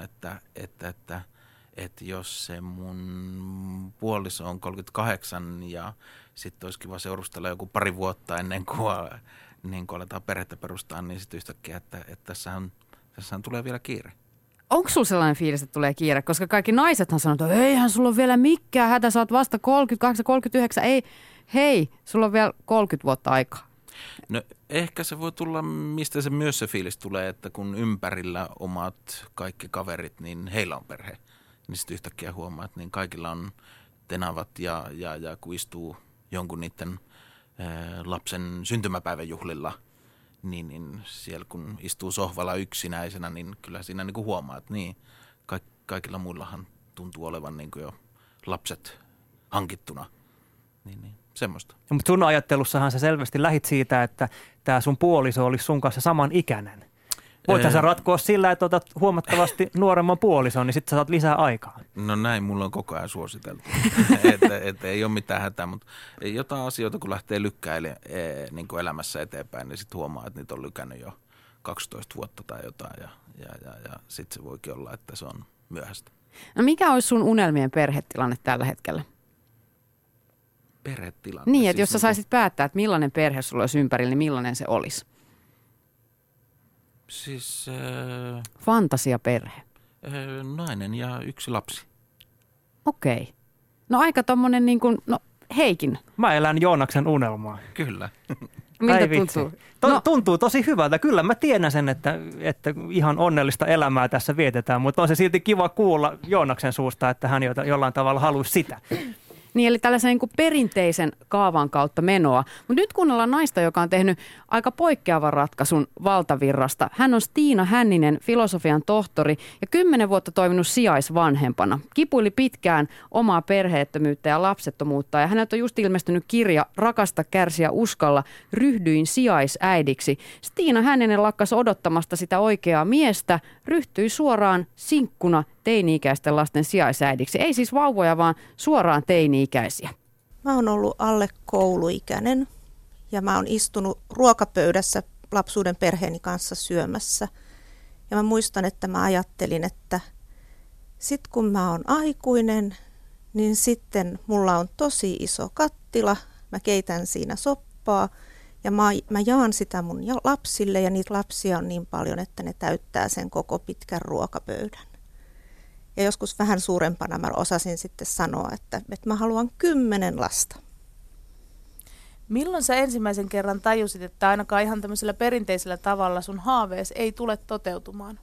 [SPEAKER 6] että jos se mun puoliso on 38 ja sitten olisi kiva seurustella joku pari vuotta ennen kuin aletaan perhettä perustaa, niin sitten yhtäkkiä, että tässähän tulee vielä kiire.
[SPEAKER 3] Onko sulla sellainen fiilis, että tulee kiire? Koska kaikki naisethan sanoo, että eihän sulla ole vielä mikään hätä, sä oot vasta 38, 39. Ei, hei, sulla on vielä 30 vuotta aikaa.
[SPEAKER 6] No ehkä se voi tulla, mistä se myös se fiilis tulee, että kun ympärillä omat kaikki kaverit, niin heillä on perhe. Niin sitten yhtäkkiä huomaa, että niin kaikilla on tenavat ja kun istuu jonkun niiden lapsen syntymäpäivän juhlilla, niin siellä kun istuu sohvalla yksinäisenä, niin kyllä siinä niin kuin huomaa, että niin kaikilla muillahan tuntuu olevan niin kuin jo lapset hankittuna. Niin semmoista.
[SPEAKER 5] Mutta sun ajattelussahan sä selvästi lähit siitä, että tämä sun puoliso olisi sun kanssa saman ikäinen. Voithan sä ratkoa sillä, että otat huomattavasti nuoremman puolison, niin sitten sä saat lisää aikaa.
[SPEAKER 6] No näin mulla on koko ajan suositeltu, että ei ole mitään hätää, mutta jotain asioita kun lähtee lykkäilemään niin kuin elämässä eteenpäin, niin sitten huomaa, että niitä on lykännyt jo 12 vuotta tai jotain ja sitten se voikin olla, että se on myöhäistä.
[SPEAKER 3] No mikä olisi sun unelmien perhetilanne tällä hetkellä?
[SPEAKER 6] Perhetilanne?
[SPEAKER 3] Niin, että jos sä saisit päättää, että millainen perhe sulla olisi ympärillä, niin millainen se olisi?
[SPEAKER 6] Siis
[SPEAKER 3] fantasiaperhe.
[SPEAKER 6] Nainen ja 1 lapsi.
[SPEAKER 3] Okei. No aika tommonen niin kuin, no Heikin.
[SPEAKER 5] Mä elän Joonaksen unelmaa.
[SPEAKER 6] Kyllä.
[SPEAKER 3] Miltä tuntuu?
[SPEAKER 5] Tuntuu tosi hyvältä. Kyllä mä tiedän sen, että ihan onnellista elämää tässä vietetään, mutta on se silti kiva kuulla Joonaksen suusta, että hän jollain tavalla haluaisi sitä.
[SPEAKER 3] Niin, eli tällaisen niin kuin perinteisen kaavan kautta menoa. Mutta nyt kuunnellaan naista, joka on tehnyt aika poikkeavan ratkaisun valtavirrasta. Hän on Stiina Hänninen, filosofian tohtori ja 10 vuotta toiminut sijaisvanhempana. Kipuili pitkään omaa perheettömyyttä ja lapsettomuutta ja häneltä on just ilmestynyt kirja Rakasta, kärsiä, uskalla, ryhdyin sijaisäidiksi. Stiina Hänninen lakkasi odottamasta sitä oikeaa miestä, ryhtyi suoraan sinkkuna teini-ikäisten lasten sijaisäidiksi. Ei siis vauvoja, vaan suoraan teini-ikäisiä.
[SPEAKER 7] Mä oon ollut alle kouluikäinen ja mä oon istunut ruokapöydässä lapsuuden perheeni kanssa syömässä. Ja mä muistan, että mä ajattelin, että sit kun mä oon aikuinen, niin sitten mulla on tosi iso kattila. Mä keitän siinä soppaa ja mä jaan sitä mun lapsille ja niitä lapsia on niin paljon, että ne täyttää sen koko pitkän ruokapöydän. Ja joskus vähän suurempana mä osasin sitten sanoa, että mä haluan 10 lasta.
[SPEAKER 4] Milloin sä ensimmäisen kerran tajusit, että ainakaan ihan tämmöisellä perinteisellä tavalla sun haavees ei tule toteutumaan?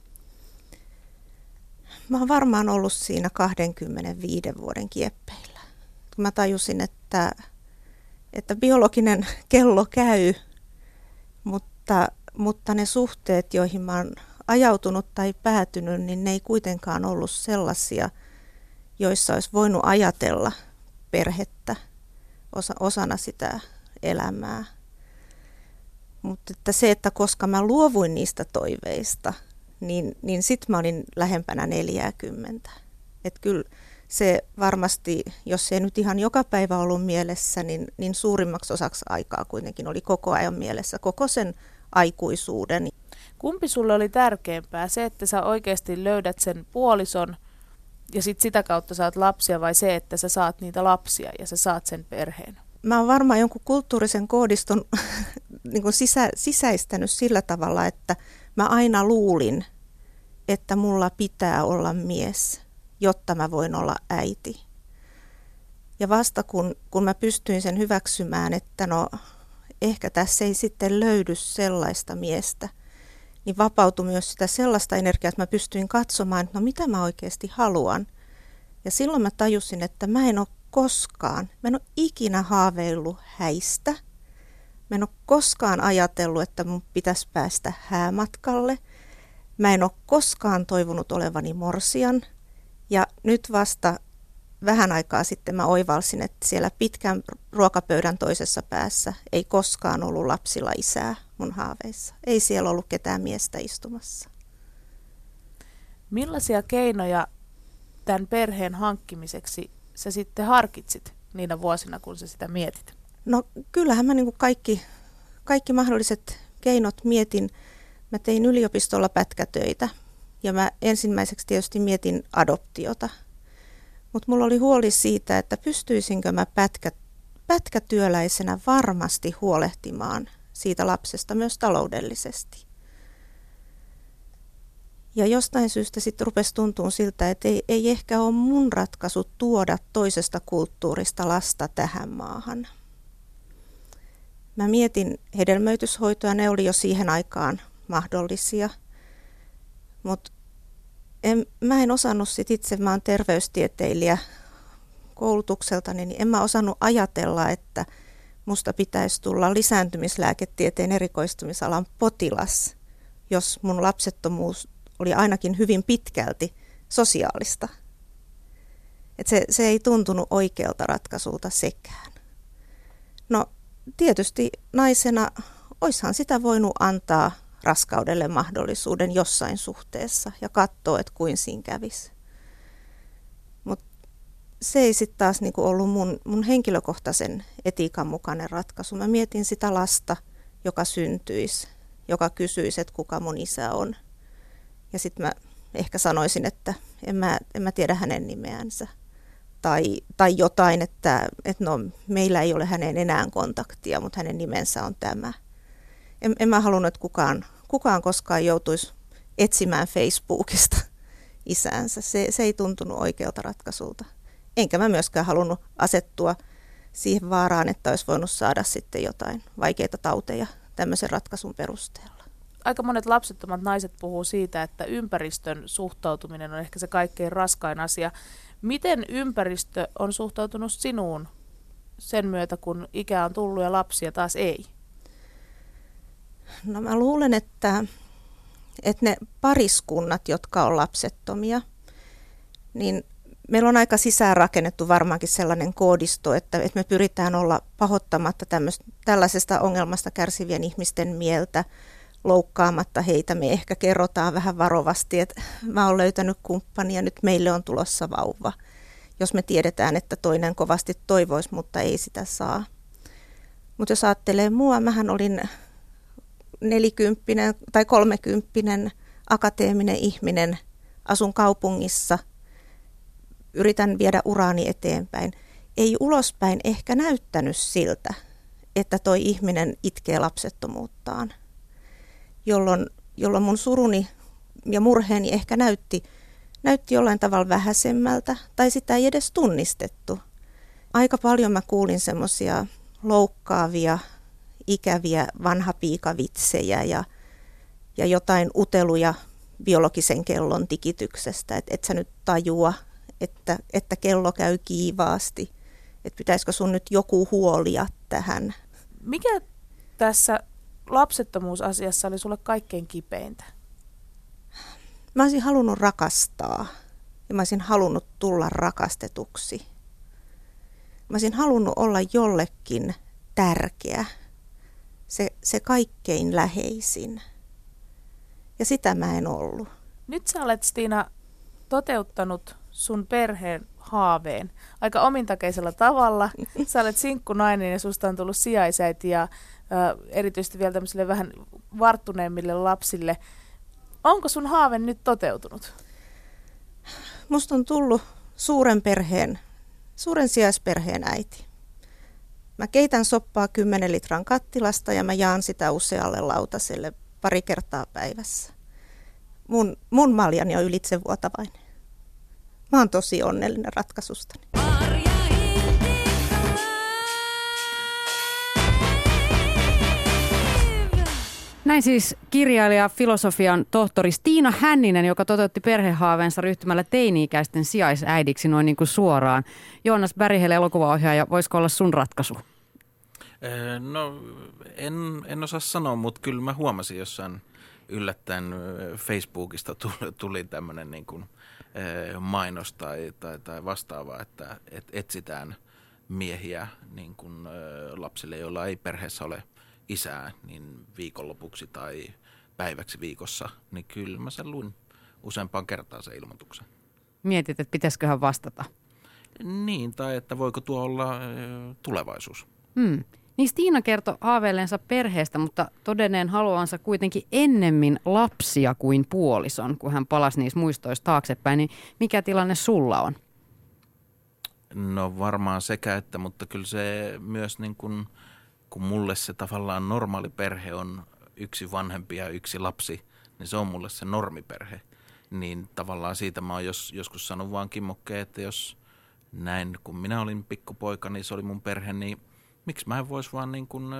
[SPEAKER 7] Mä oon varmaan ollut siinä 25 vuoden kieppeillä. Mä tajusin, että biologinen kello käy, mutta ne suhteet, joihin mä oon ajautunut tai päätynyt, niin ne ei kuitenkaan ollut sellaisia, joissa olisi voinut ajatella perhettä osana sitä elämää. Mutta että se, että koska mä luovuin niistä toiveista, niin sit mä olin lähempänä 40. Että kyllä se varmasti, jos se ei nyt ihan joka päivä ollut mielessä, niin suurimmaksi osaksi aikaa kuitenkin oli koko ajan mielessä, koko sen aikuisuuden.
[SPEAKER 4] Kumpi sulle oli tärkeämpää? Se, että sä oikeasti löydät sen puolison ja sit sitä kautta saat lapsia vai se, että sä saat niitä lapsia ja sä saat sen perheen?
[SPEAKER 7] Mä oon varmaan jonkun kulttuurisen koodiston niin kuin sisäistänyt sillä tavalla, että mä aina luulin, että mulla pitää olla mies, jotta mä voin olla äiti. Ja vasta kun mä pystyin sen hyväksymään, että no ehkä tässä ei sitten löydy sellaista miestä, niin vapautui myös sitä sellaista energiaa, että mä pystyin katsomaan, että no mitä mä oikeasti haluan. Ja silloin mä tajusin, että mä en ole ikinä haaveillut häistä. Mä en ole koskaan ajatellut, että mun pitäisi päästä häämatkalle. Mä en ole koskaan toivonut olevani morsian. Ja nyt vasta vähän aikaa sitten mä oivalsin, että siellä pitkän ruokapöydän toisessa päässä ei koskaan ollut lapsilla isää mun haaveissa. Ei siellä ollut ketään miestä istumassa.
[SPEAKER 4] Millaisia keinoja tämän perheen hankkimiseksi sä sitten harkitsit niinä vuosina, kun sä sitä mietit?
[SPEAKER 7] No kyllähän mä niin kuin kaikki mahdolliset keinot mietin. Mä tein yliopistolla pätkätöitä ja mä ensimmäiseksi tietysti mietin adoptiota. Mutta mulla oli huoli siitä, että pystyisinkö mä pätkätyöläisenä varmasti huolehtimaan siitä lapsesta myös taloudellisesti. Ja jostain syystä sitten rupesi tuntua siltä, että ei ehkä ole mun ratkaisu tuoda toisesta kulttuurista lasta tähän maahan. Mä mietin hedelmöityshoitoja, ne oli jo siihen aikaan mahdollisia, mutta mä en osannut itse, mä oon terveystieteilijä koulutukseltani, niin en mä osannut ajatella, että musta pitäisi tulla lisääntymislääketieteen erikoistumisalan potilas, jos mun lapsettomuus oli ainakin hyvin pitkälti sosiaalista. Et se ei tuntunut oikealta ratkaisulta sekään. No tietysti naisena oishan sitä voinut antaa raskaudelle mahdollisuuden jossain suhteessa ja katsoa, että kuin siinä kävisi. Mutta se ei sitten taas niinku ollut mun henkilökohtaisen etiikan mukainen ratkaisu. Mä mietin sitä lasta, joka syntyisi, joka kysyisi, että kuka mun isä on. Ja sitten mä ehkä sanoisin, että en mä tiedä hänen nimeänsä. Tai jotain, että no, meillä ei ole hänen enää kontaktia, mutta hänen nimensä on tämä. En mä halunnut, että kukaan koskaan joutuisi etsimään Facebookista isäänsä. Se ei tuntunut oikealta ratkaisulta. Enkä mä myöskään halunnut asettua siihen vaaraan, että olisi voinut saada sitten jotain vaikeita tauteja tämmöisen ratkaisun perusteella.
[SPEAKER 4] Aika monet lapsettomat naiset puhuu siitä, että ympäristön suhtautuminen on ehkä se kaikkein raskain asia. Miten ympäristö on suhtautunut sinuun sen myötä, kun ikää on tullut ja lapsia taas ei?
[SPEAKER 7] No mä luulen, että ne pariskunnat, jotka on lapsettomia, niin meillä on aika sisäänrakennettu varmaankin sellainen koodisto, että me pyritään olla pahoittamatta tällaisesta ongelmasta kärsivien ihmisten mieltä, loukkaamatta heitä. Me ehkä kerrotaan vähän varovasti, että mä oon löytänyt kumppania ja nyt meille on tulossa vauva. Jos me tiedetään, että toinen kovasti toivoisi, mutta ei sitä saa. Mutta jos ajattelee mua, mähän olin 40 tai 30 akateeminen ihminen, asun kaupungissa, yritän viedä uraani eteenpäin. Ei ulospäin ehkä näyttänyt siltä, että toi ihminen itkee lapsettomuuttaan, jolloin mun suruni ja murheeni ehkä näytti jollain tavalla vähäisemmältä tai sitä ei edes tunnistettu. Aika paljon mä kuulin semmoisia loukkaavia, ikäviä vanhapiikavitsejä ja jotain uteluja biologisen kellon tikityksestä, että et sä nyt tajua, että kello käy kiivaasti, että pitäisikö sun nyt joku huolia tähän.
[SPEAKER 4] Mikä tässä lapsettomuusasiassa oli sulle kaikkein kipeintä?
[SPEAKER 7] Mä olisin halunnut rakastaa ja mä olisin halunnut tulla rakastetuksi. Mä olisin halunnut olla jollekin tärkeä, se kaikkein läheisin. Ja sitä mä en ollut.
[SPEAKER 4] Nyt sä olet, Stiina, toteuttanut sun perheen haaveen aika omintakeisella tavalla. Sä olet sinkkunainen ja susta on tullut sijaisäiti ja erityisesti vielä tämmöisille vähän varttuneemmille lapsille. Onko sun haave nyt toteutunut?
[SPEAKER 7] Musta on tullut suuren sijaisperheen äiti. Mä keitän soppaa 10 litran kattilasta ja mä jaan sitä usealle lautaselle 2 kertaa päivässä. Mun maljani on ylitsevuotavainen. Mä oon tosi onnellinen ratkaisustani.
[SPEAKER 3] Näin siis kirjailija, filosofian tohtori Stiina Hänninen, joka toteutti perhehaaveensa ryhtymällä teini-ikäisten sijaisäidiksi noin niin kuin suoraan. Joonas Berghel, elokuvaohjaaja, voisiko olla sun ratkaisu?
[SPEAKER 6] No en osaa sanoa, mutta kyllä mä huomasin jossain yllättäen Facebookista tuli tämmöinen niin kuin mainos tai vastaava, että etsitään miehiä niin kuin lapsille, joilla ei perheessä ole isää, niin viikonlopuksi tai päiväksi viikossa, niin kyllä mä sen luin useampaan kertaan sen ilmoituksen.
[SPEAKER 3] Mietit, että pitäisiköhän vastata?
[SPEAKER 6] Niin, tai että voiko tuo olla tulevaisuus.
[SPEAKER 3] Niin Stiina kertoi haaveilleensa perheestä, mutta todenneen haluansa kuitenkin ennemmin lapsia kuin puolison, kun hän palasi niissä muistoissa taaksepäin. Niin mikä tilanne sulla on?
[SPEAKER 6] No varmaan sekä että, mutta kyllä se myös niin kuin, kun mulle se tavallaan normaali perhe on 1 vanhempi ja 1 lapsi, niin se on mulle se normiperhe. Niin tavallaan siitä mä oon joskus sanonut vaan kimmokkeen, että jos näin, kun minä olin pikkupoika, niin se oli mun perhe, niin miksi mä en vois vaan niin kuin,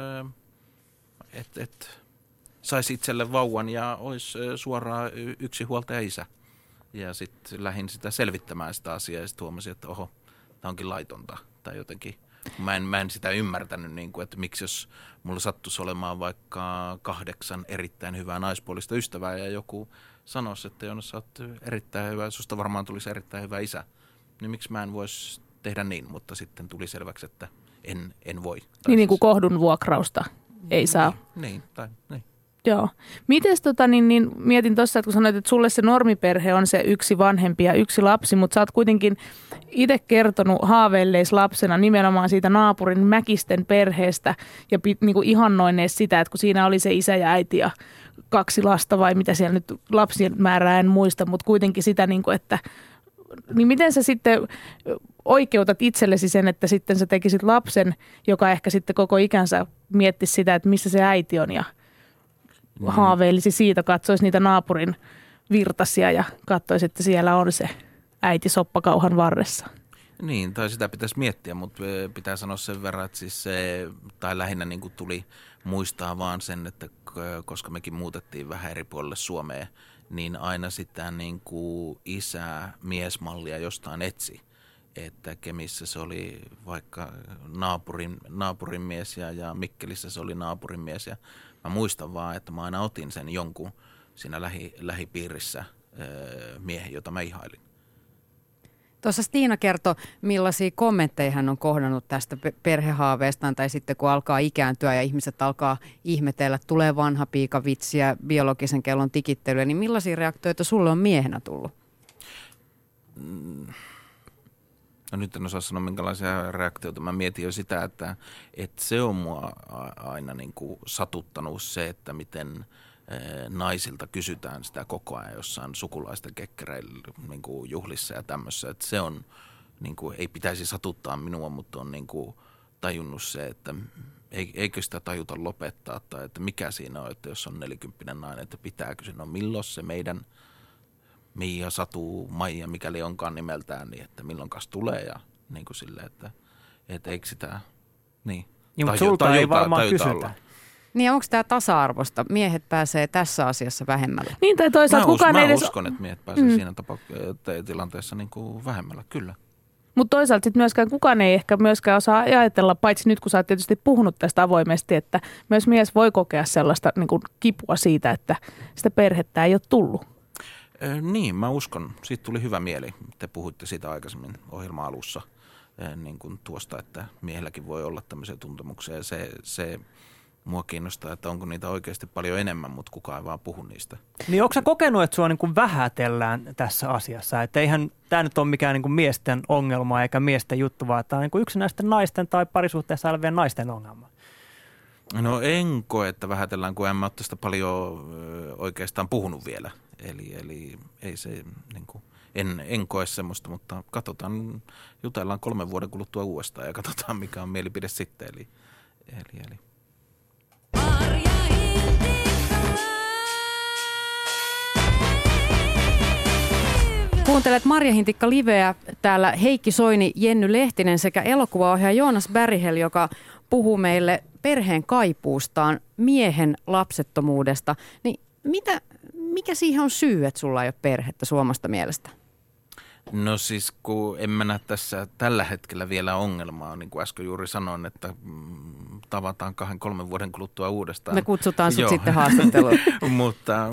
[SPEAKER 6] että saisi itselle vauvan ja olisi suoraan yksinhuoltaja isä. Ja sitten lähdin sitä selvittämään sitä asiaa ja sitten huomasin, että oho, tämä onkin laitonta tai jotenkin. Mä en sitä ymmärtänyt, niin kuin, että miksi jos mulla sattuisi olemaan vaikka 8 erittäin hyvää naispuolista ystävää ja joku sanoisi, että Joonas, sä oot erittäin hyvä, susta varmaan tulisi erittäin hyvä isä. Niin miksi mä en voisi tehdä niin, mutta sitten tuli selväksi, että en voi.
[SPEAKER 4] Niin kuin kohdun vuokrausta ei saa.
[SPEAKER 6] Niin.
[SPEAKER 4] Joo. Mites mietin tuossa, että kun sanoit, että sulle se normiperhe on se 1 vanhempi ja 1 lapsi, mutta sä oot kuitenkin itse kertonut haaveilleis lapsena nimenomaan siitä naapurin Mäkisten perheestä ja niin kuin ihannoineet sitä, että kun siinä oli se isä ja äiti ja 2 lasta vai mitä siellä nyt lapsien määrää en muista, mutta kuitenkin sitä, niin kuin, että niin miten sä sitten oikeutat itsellesi sen, että sitten sä tekisit lapsen, joka ehkä sitten koko ikänsä miettisi sitä, että missä se äiti on ja haaveilisi siitä, katsoisi niitä naapurin virtasia ja katsoisi, että siellä on se äiti soppakauhan varressa.
[SPEAKER 6] Niin, tai sitä pitäisi miettiä, mutta pitää sanoa sen verran, että siis se, tai lähinnä niin kuin tuli muistaa vaan sen, että koska mekin muutettiin vähän eri puolelle Suomeen, niin aina sitä niin kuin isää miesmallia jostain etsi. että Kemissä se oli vaikka naapurin mies ja Mikkelissä se oli naapurin mies. Ja mä muistan vaan, että mä aina otin sen jonkun siinä lähipiirissä miehen, jota mä ihailin.
[SPEAKER 3] Tuossa Stiina kertoi, millaisia kommentteja hän on kohdannut tästä perhehaaveestaan, tai sitten kun alkaa ikääntyä ja ihmiset alkaa ihmetellä, tulee vanha piika vitsiä, biologisen kellon tikittelyä, niin millaisia reaktioita sulle on miehenä tullut?
[SPEAKER 6] No nyt en osaa sanoa, minkälaisia reaktioita. Mä mietin jo sitä, että se on mua aina niin kuin satuttanut se, että miten naisilta kysytään sitä koko ajan jossain sukulaisten kekkereillä niin kuin juhlissa ja tämmössä. Että se on, niin kuin, ei pitäisi satuttaa minua, mutta on niin kuin tajunnut se, että eikö sitä tajuta lopettaa tai että mikä siinä on, että jos on 40 nainen, että pitää kysyä, no milloin se meidän Miia, Satu, Maija, mikäli onkaan nimeltään, niin että milloinkas tulee ja niin kuin silleen, että eikö sitä, niin.
[SPEAKER 5] Ja, mutta sulta ei varmaan kysytä. Olla.
[SPEAKER 3] Niin onko tämä tasa-arvosta? Miehet pääsee tässä asiassa vähemmällä.
[SPEAKER 4] Niin tai toisaalta
[SPEAKER 6] mä uskon, että miehet pääsee siinä tilanteessa niin kuin vähemmällä, kyllä.
[SPEAKER 4] Mutta toisaalta sitten myöskään kukaan ei ehkä myöskään osaa ajatella, paitsi nyt kun sä oot tietysti puhunut tästä avoimesti, että myös mies voi kokea sellaista niin kuin kipua siitä, että sitä perhettä ei ole tullut.
[SPEAKER 6] Niin, mä uskon. Siitä tuli hyvä mieli. Te puhuitte siitä aikaisemmin ohjelma-alussa niin kuin tuosta, että miehelläkin voi olla tämmöisiä tuntemuksia. Ja se mua kiinnostaa, että onko niitä oikeasti paljon enemmän, mutta kukaan ei vaan puhu niistä.
[SPEAKER 5] Niin onko sä kokenut, että sua niin kuin vähätellään tässä asiassa? Että eihän tämä nyt ole mikään niin kuin miesten ongelma eikä miesten juttu, vaan tämä on niin kuin yksinäisten naisten tai parisuhteessa olevien naisten ongelma.
[SPEAKER 6] No en koe, että vähätellään, kun en mä ole tästä paljon oikeastaan puhunut vielä. Eli ei se, niin kuin, en koe semmoista, mutta katsotaan, jutellaan 3 vuoden kuluttua uudestaan ja katsotaan, mikä on mielipide sitten. Eli.
[SPEAKER 3] Kuuntelet Marja Hintikka Liveä, täällä Heikki Soini, Jenny Lehtinen sekä elokuvaohjaaja Joonas Berghel, joka puhuu meille perheen kaipuustaan, miehen lapsettomuudesta. Niin mikä siihen on syy, että sulla ei ole perhettä suomasta mielestä?
[SPEAKER 6] No siis kun en mä näe tässä tällä hetkellä vielä ongelmaa, niin kuin äsken juuri sanoin, että tavataan 2-3 vuoden kuluttua uudestaan.
[SPEAKER 3] Me kutsutaan sut sitten haastatteluun.
[SPEAKER 6] mutta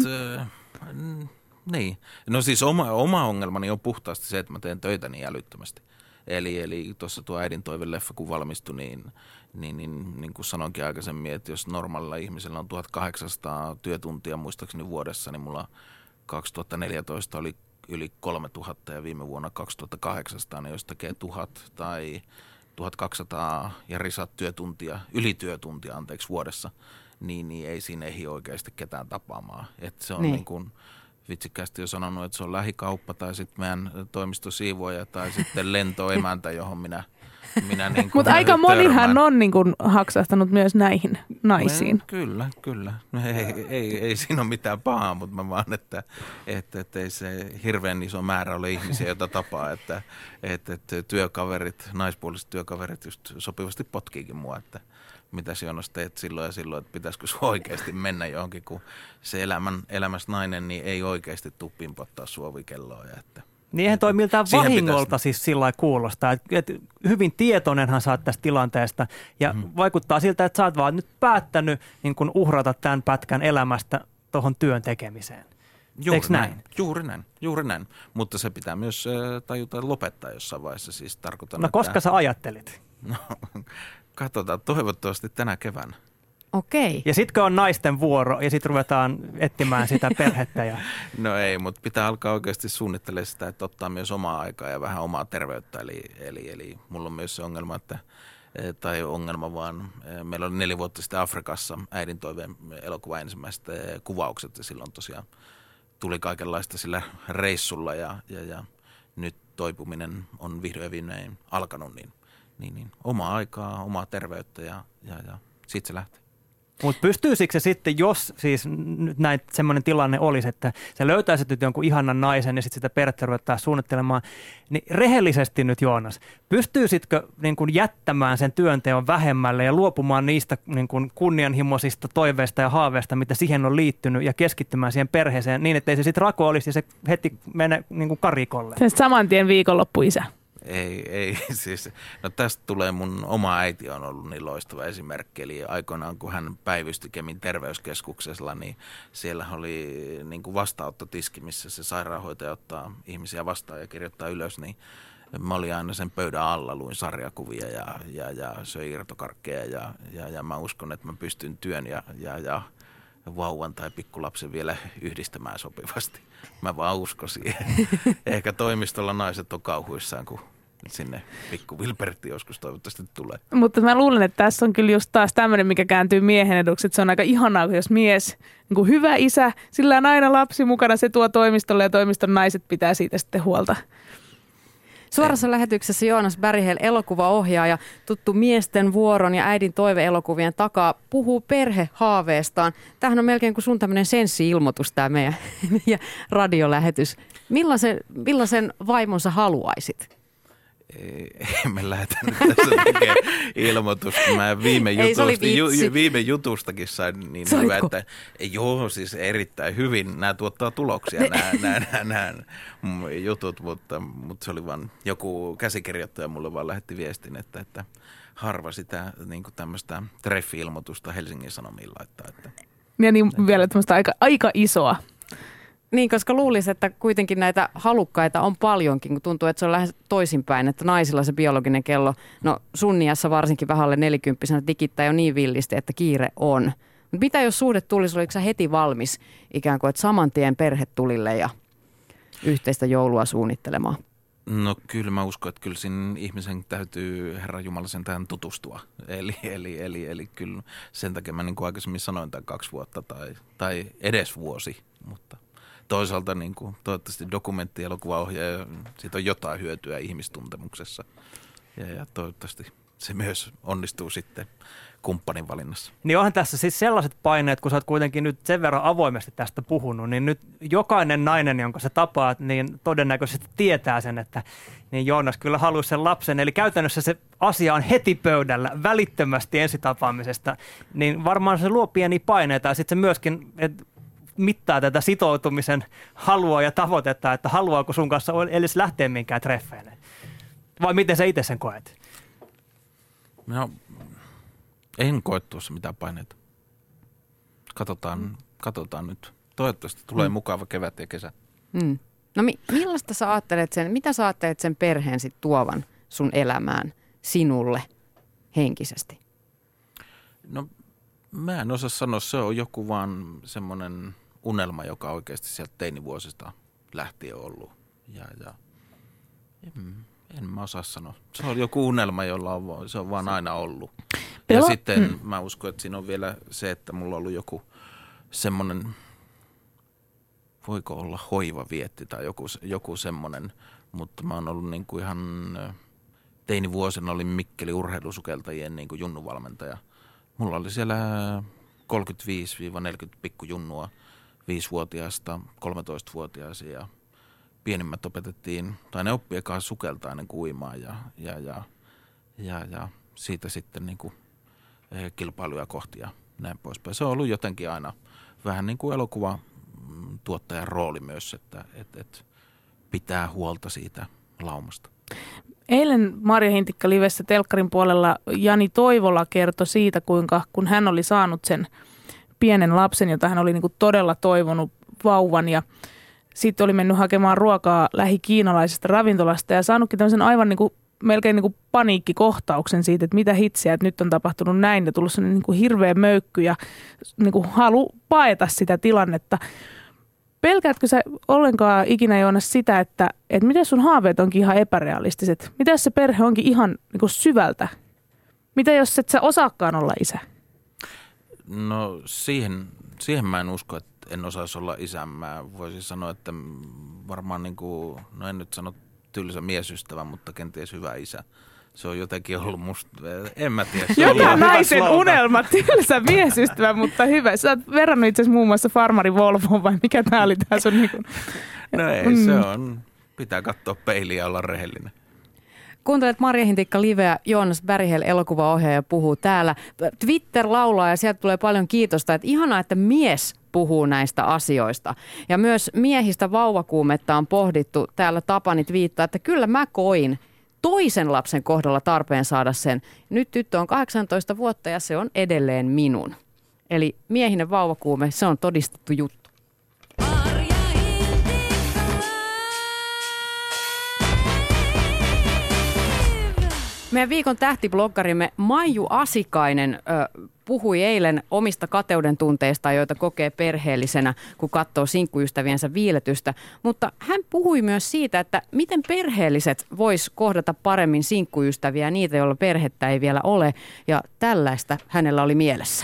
[SPEAKER 6] niin. No siis oma ongelmani on puhtaasti se, että mä teen töitä niin älyttömästi. Eli tuossa tuo Äidin toive-leffa kun valmistui, niin kuin sanoinkin aikaisemmin, että jos normaalilla ihmisellä on 1800 työtuntia muistaakseni vuodessa, niin mulla 2014 oli yli 3000 ja viime vuonna 2800, niin jos tekee 1000 tai 1200 ja risat ylityötuntia vuodessa, niin ei siinä ehdi oikeasti ketään tapaamaan. Että se on niin kuin vitsikkäästi jo sanonut, että se on lähikauppa tai sitten meidän toimistosiivoja tai sitten lentoemäntä, johon minä niin
[SPEAKER 4] mutta aika monihan on niin kuin haksahtanut myös näihin naisiin.
[SPEAKER 6] Kyllä. Ei siinä ole mitään pahaa, mutta mä vaan, että ei se hirveän iso määrä ole ihmisiä, joita tapaa, että työkaverit, naispuoliset työkaverit just sopivasti potkiikin mua, että mitä Joonas teet silloin ja silloin, että pitäisikö sinua oikeasti mennä johonkin, kun se elämässä nainen niin ei oikeasti tule pimpottaa suovikelloa.
[SPEAKER 5] Niin eihän toi miltään vahingolta siis sillä lailla kuulostaa. Että hyvin tietoinenhan sä oot tästä tilanteesta ja vaikuttaa siltä, että sä oot vaan nyt päättänyt niin kun uhrata tämän pätkän elämästä tuohon työn tekemiseen. Eikö näin?
[SPEAKER 6] Juuri näin. Mutta se pitää myös tajuta lopettaa jossain vaiheessa. Siis tarkoitan,
[SPEAKER 5] no koska sä ajattelit?
[SPEAKER 6] No, katsotaan toivottavasti tänä keväänä.
[SPEAKER 3] Okei.
[SPEAKER 5] Ja sitten on naisten vuoro ja sitten ruvetaan etsimään sitä perhettä.
[SPEAKER 6] No ei, mutta pitää alkaa oikeasti suunnittelemaan sitä, että ottaa myös omaa aikaa ja vähän omaa terveyttä. Eli mulla on myös se ongelma, vaan meillä oli 4 vuotta sitten Afrikassa Äidin toiveen elokuvan ensimmäiset kuvaukset ja silloin tosiaan tuli kaikenlaista sillä reissulla ja nyt toipuminen on vihdoin ja viimein alkanut, niin omaa aikaa, omaa terveyttä ja siitä se lähtee.
[SPEAKER 5] Mutta pystyisikö se sitten, jos siis nyt näin semmoinen tilanne olisi, että sä löytäisit nyt jonkun ihanan naisen ja sitten sitä perhettä ruvetaan suunnittelemaan, niin rehellisesti nyt Joonas, pystyisitkö niin kun jättämään sen työnteon vähemmälle ja luopumaan niistä niin kun kunnianhimoisista toiveista ja haaveista, mitä siihen on liittynyt ja keskittymään siihen perheeseen niin, ettei se sitten rako olisi ja se heti mene niin kuin karikolle?
[SPEAKER 4] Se saman tien viikonloppuisä.
[SPEAKER 6] Ei siis, no tästä tulee mun oma äiti on ollut niin loistava esimerkki, eli aikoinaan kun hän päivysti Kemin terveyskeskuksella, niin siellä oli niin kuin vastaanottotiski, missä se sairaanhoitaja ottaa ihmisiä vastaan ja kirjoittaa ylös, niin mä olin aina sen pöydän alla, luin sarjakuvia ja söin irtokarkkeja ja mä uskon, että mä pystyn työn ja vauvan tai pikkulapsen vielä yhdistämään sopivasti. Mä vaan uskon siihen. Ehkä toimistolla naiset on kauhuissaan, kun sinne pikku Vilbertti joskus toivottavasti tulee.
[SPEAKER 4] Mutta mä luulen, että tässä on kyllä just taas tämmöinen, mikä kääntyy miehen eduksi. Että se on aika ihanaa, jos mies, niin kuin hyvä isä, sillä on aina lapsi mukana, se tuo toimistolle ja toimiston naiset pitää siitä sitten huolta.
[SPEAKER 3] Suorassa lähetyksessä Joonas Berghel, elokuvaohjaaja, tuttu Miesten vuoron ja Äidin toive-elokuvien takaa, puhuu perhehaaveestaan. Tämähän on melkein kuin sun tämmöinen senssi-ilmoitus tämä meidän radiolähetys. Millaisen vaimon sä haluaisit?
[SPEAKER 6] Me lähdetään nyt tässä tekemään ilmoitusta. Mä viime jutustakin sain niin hyvä, että joo, siis erittäin hyvin. Nämä tuottaa tuloksia, nämä jutut, mutta se oli vaan joku käsikirjoittaja mulle vaan lähetti viestin, että harva sitä niin kuin tämmöistä treffi-ilmoitusta Helsingin Sanomiin laittaa. Että.
[SPEAKER 4] Ja niin vielä tämmöistä aika isoa.
[SPEAKER 3] Niin, koska luulisi, että kuitenkin näitä halukkaita on paljonkin, kun tuntuu, että se on lähes toisinpäin, että naisilla se biologinen kello, no sun iässä varsinkin vähän alle 40-vuotiaana tikittää jo niin villisti, että kiire on. Mutta mitä jos suhde tulisi, oliko sä heti valmis ikään kuin, että saman tien perhe tulille ja yhteistä joulua suunnittelemaan?
[SPEAKER 6] No kyllä mä uskon, että kyllä siinä ihmisen täytyy Herran Jumala sentään tutustua. Eli kyllä sen takia mä niin kuin aikaisemmin sanoin tämän 2 vuotta tai edes vuosi, mutta toisaalta niin kuin, toivottavasti dokumenttielokuvaohjaaja, siitä on jotain hyötyä ihmistuntemuksessa ja toivottavasti se myös onnistuu sitten kumppanin valinnassa.
[SPEAKER 5] Niin onhan tässä siis sellaiset paineet, kun sä oot kuitenkin nyt sen verran avoimesti tästä puhunut, niin nyt jokainen nainen, jonka sä tapaat, niin todennäköisesti tietää sen, että niin Joonas kyllä haluaisi sen lapsen. Eli käytännössä se asia on heti pöydällä välittömästi ensitapaamisesta, niin varmaan se luo pieniä paineita ja sitten se myöskin mittaa tätä sitoutumisen halua ja tavoitetta, että haluaako sun kanssa edes lähteä minkään treffeille. Vai miten sä itse sen koet?
[SPEAKER 6] No, en koe tuossa mitään paineita. Katsotaan nyt. Toivottavasti tulee mukava kevät ja kesä.
[SPEAKER 3] No millaista sä ajattelet sen, mitä sä ajattelet sen perheen sit tuovan sun elämään sinulle henkisesti?
[SPEAKER 6] No mä en osaa sanoa, se on joku vaan semmoinen unelma, joka oikeasti sieltä teinivuosista lähtien ollut. Ja en mä osaa sanoa. Se on joku unelma, jolla se on vaan aina ollut. Ja sitten mä uskon, että siinä on vielä se, että mulla on ollut joku semmoinen, voiko olla hoivavietti tai joku semmoinen, mutta mä oon ollut niin kuin ihan teinivuosina olin Mikkelin urheilusukeltajien niin kuin junnuvalmentaja. Mulla oli siellä 35-40 pikkujunnua 5-vuotiaasta 13-vuotiaisiin ja pienimmät opetettiin, tai ne oppi ekaan sukeltaa ennen kuin uimaan ja siitä sitten niin kuin kilpailuja kohti ja näin poispäin. Se on ollut jotenkin aina vähän niin kuin elokuvatuottajan rooli myös, että pitää huolta siitä laumasta.
[SPEAKER 4] Eilen Marja Hintikka Livessä telkkarin puolella Jani Toivola kertoi siitä, kuinka kun hän oli saanut sen pienen lapsen, jota hän oli niin kuin todella toivonut vauvan ja sitten oli mennyt hakemaan ruokaa lähi-kiinalaisesta ravintolasta ja saanutkin tämmöisen aivan niin kuin, melkein niin kuin paniikkikohtauksen siitä, että mitä hitsiä, että nyt on tapahtunut näin ja tullut sellainen niin kuin hirveä möykky ja niin kuin halu paeta sitä tilannetta. Pelkäätkö sä ollenkaan ikinä, Joonas, sitä, että miten sun haaveet onkin ihan epärealistiset? Mitä jos se perhe onkin ihan niin kuin syvältä? Mitä jos et sä osaakaan olla isä?
[SPEAKER 6] No siihen mä en usko, että en osaisi olla isä. Mä voisin sanoa, että varmaan niin kuin, no en nyt sano tylsä miesystävä, mutta kenties hyvä isä. Se on jotenkin ollut musta, en mä tiedä.
[SPEAKER 4] Joka naisen unelma, tylsä miesystävä, mutta hyvä. Sä oot verrannut itse asiassa muun muassa farmari Volvoon vai mikä tää oli tää sun niin kuin.
[SPEAKER 6] No ei, se on. Pitää katsoa peiliä ja olla rehellinen.
[SPEAKER 3] Kuuntelet Marja Hintikka Liveä, Joonas Berghel, elokuvaohjaaja, puhuu täällä. Twitter laulaa ja sieltä tulee paljon kiitosta, että ihanaa, että mies puhuu näistä asioista. Ja myös miehistä vauvakuumetta on pohdittu. Täällä Tapani twiittaa, että kyllä mä koin toisen lapsen kohdalla tarpeen saada sen. Nyt tyttö on 18 vuotta ja se on edelleen minun. Eli miehinen vauvakuume, se on todistettu juttu. Meidän viikon tähtibloggarimme Maiju Asikainen puhui eilen omista kateuden tunteista, joita kokee perheellisenä, kun katsoo sinkkuystäviensä viiletystä. Mutta hän puhui myös siitä, että miten perheelliset vois kohdata paremmin sinkkuystäviä ja niitä, joilla perhettä ei vielä ole. Ja tällaista hänellä oli mielessä.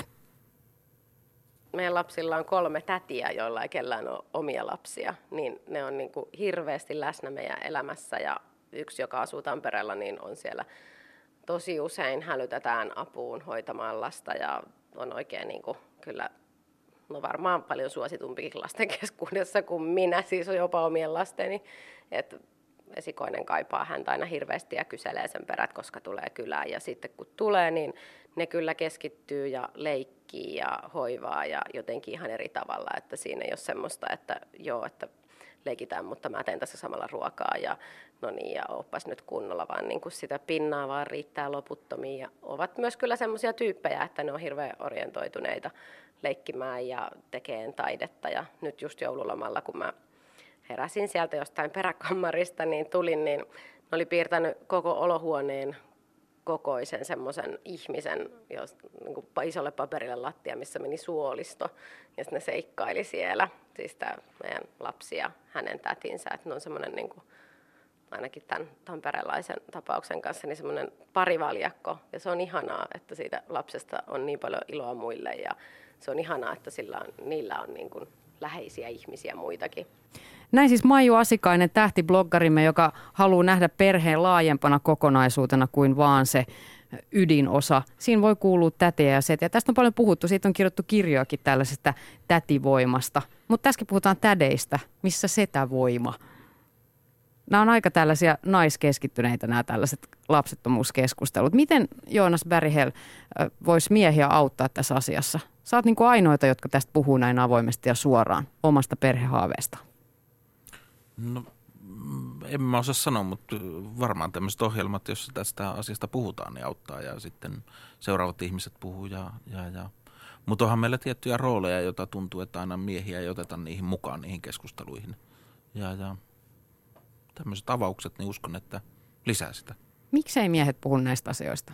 [SPEAKER 8] Meidän lapsilla on 3 tätiä, joilla ei kellään ole omia lapsia. Niin ne on niin kuin hirveästi läsnä meidän elämässä ja yksi, joka asuu Tampereella, niin on siellä tosi usein hälytetään apuun hoitamaan lasta ja on oikein niin kuin, kyllä, no varmaan paljon suositumpikin lasten keskuudessa kuin minä, siis on jopa omien lasteni, että esikoinen kaipaa häntä aina hirveästi ja kyselee sen perät, koska tulee kylään ja sitten kun tulee, niin ne kyllä keskittyy ja leikkii ja hoivaa ja jotenkin ihan eri tavalla, että siinä ei ole semmoista, että joo, että leikitään, mutta mä teen tässä samalla ruokaa ja no niin, ja oppas nyt kunnolla, vaan niin kuin sitä pinnaa vaan riittää loputtomiin. Ja ovat myös kyllä semmoisia tyyppejä, että ne on hirveän orientoituneita leikkimään ja tekeen taidetta. Ja nyt just joululomalla, kun mä heräsin sieltä jostain peräkammarista, niin tulin, niin ne oli piirtänyt koko olohuoneen kokoisen semmoisen ihmisen niin kuin isolle paperille lattia, missä meni suolisto. Ja sitten ne seikkaili siellä, siis tämä meidän lapsi ja hänen tätinsä. Että ne on semmoinen, niin kuin, ainakin tämän tamperelaisen tapauksen kanssa, niin semmoinen parivaljakko. Ja se on ihanaa, että siitä lapsesta on niin paljon iloa muille. Ja se on ihanaa, että niillä on niin kuin läheisiä ihmisiä muitakin.
[SPEAKER 3] Näin siis Maiju Asikainen, tähtibloggarimme, joka haluaa nähdä perheen laajempana kokonaisuutena kuin vaan se ydinosa. Siinä voi kuulua tätiä ja setiä. Tästä on paljon puhuttu, siitä on kirjoittu kirjoakin tällaisesta tätivoimasta. Mutta tässäkin puhutaan tädeistä, missä setävoima. Nämä on aika tällaisia naiskeskittyneitä nämä tällaiset lapsettomuuskeskustelut. Miten Joonas Berghel voisi miehiä auttaa tässä asiassa? Sä oot niin kuin ainoita, jotka tästä puhuu näin avoimesti ja suoraan omasta perhehaaveesta.
[SPEAKER 6] No, en mä osaa sanoa, mutta varmaan tämmöiset ohjelmat, jos tästä asiasta puhutaan, niin auttaa ja sitten seuraavat ihmiset puhuu. Mutta onhan meillä tiettyjä rooleja, joita tuntuu, että aina miehiä ei oteta niihin mukaan, niihin keskusteluihin. Ja tämmöiset avaukset, niin uskon, että lisää sitä.
[SPEAKER 3] Miksei miehet puhu näistä asioista?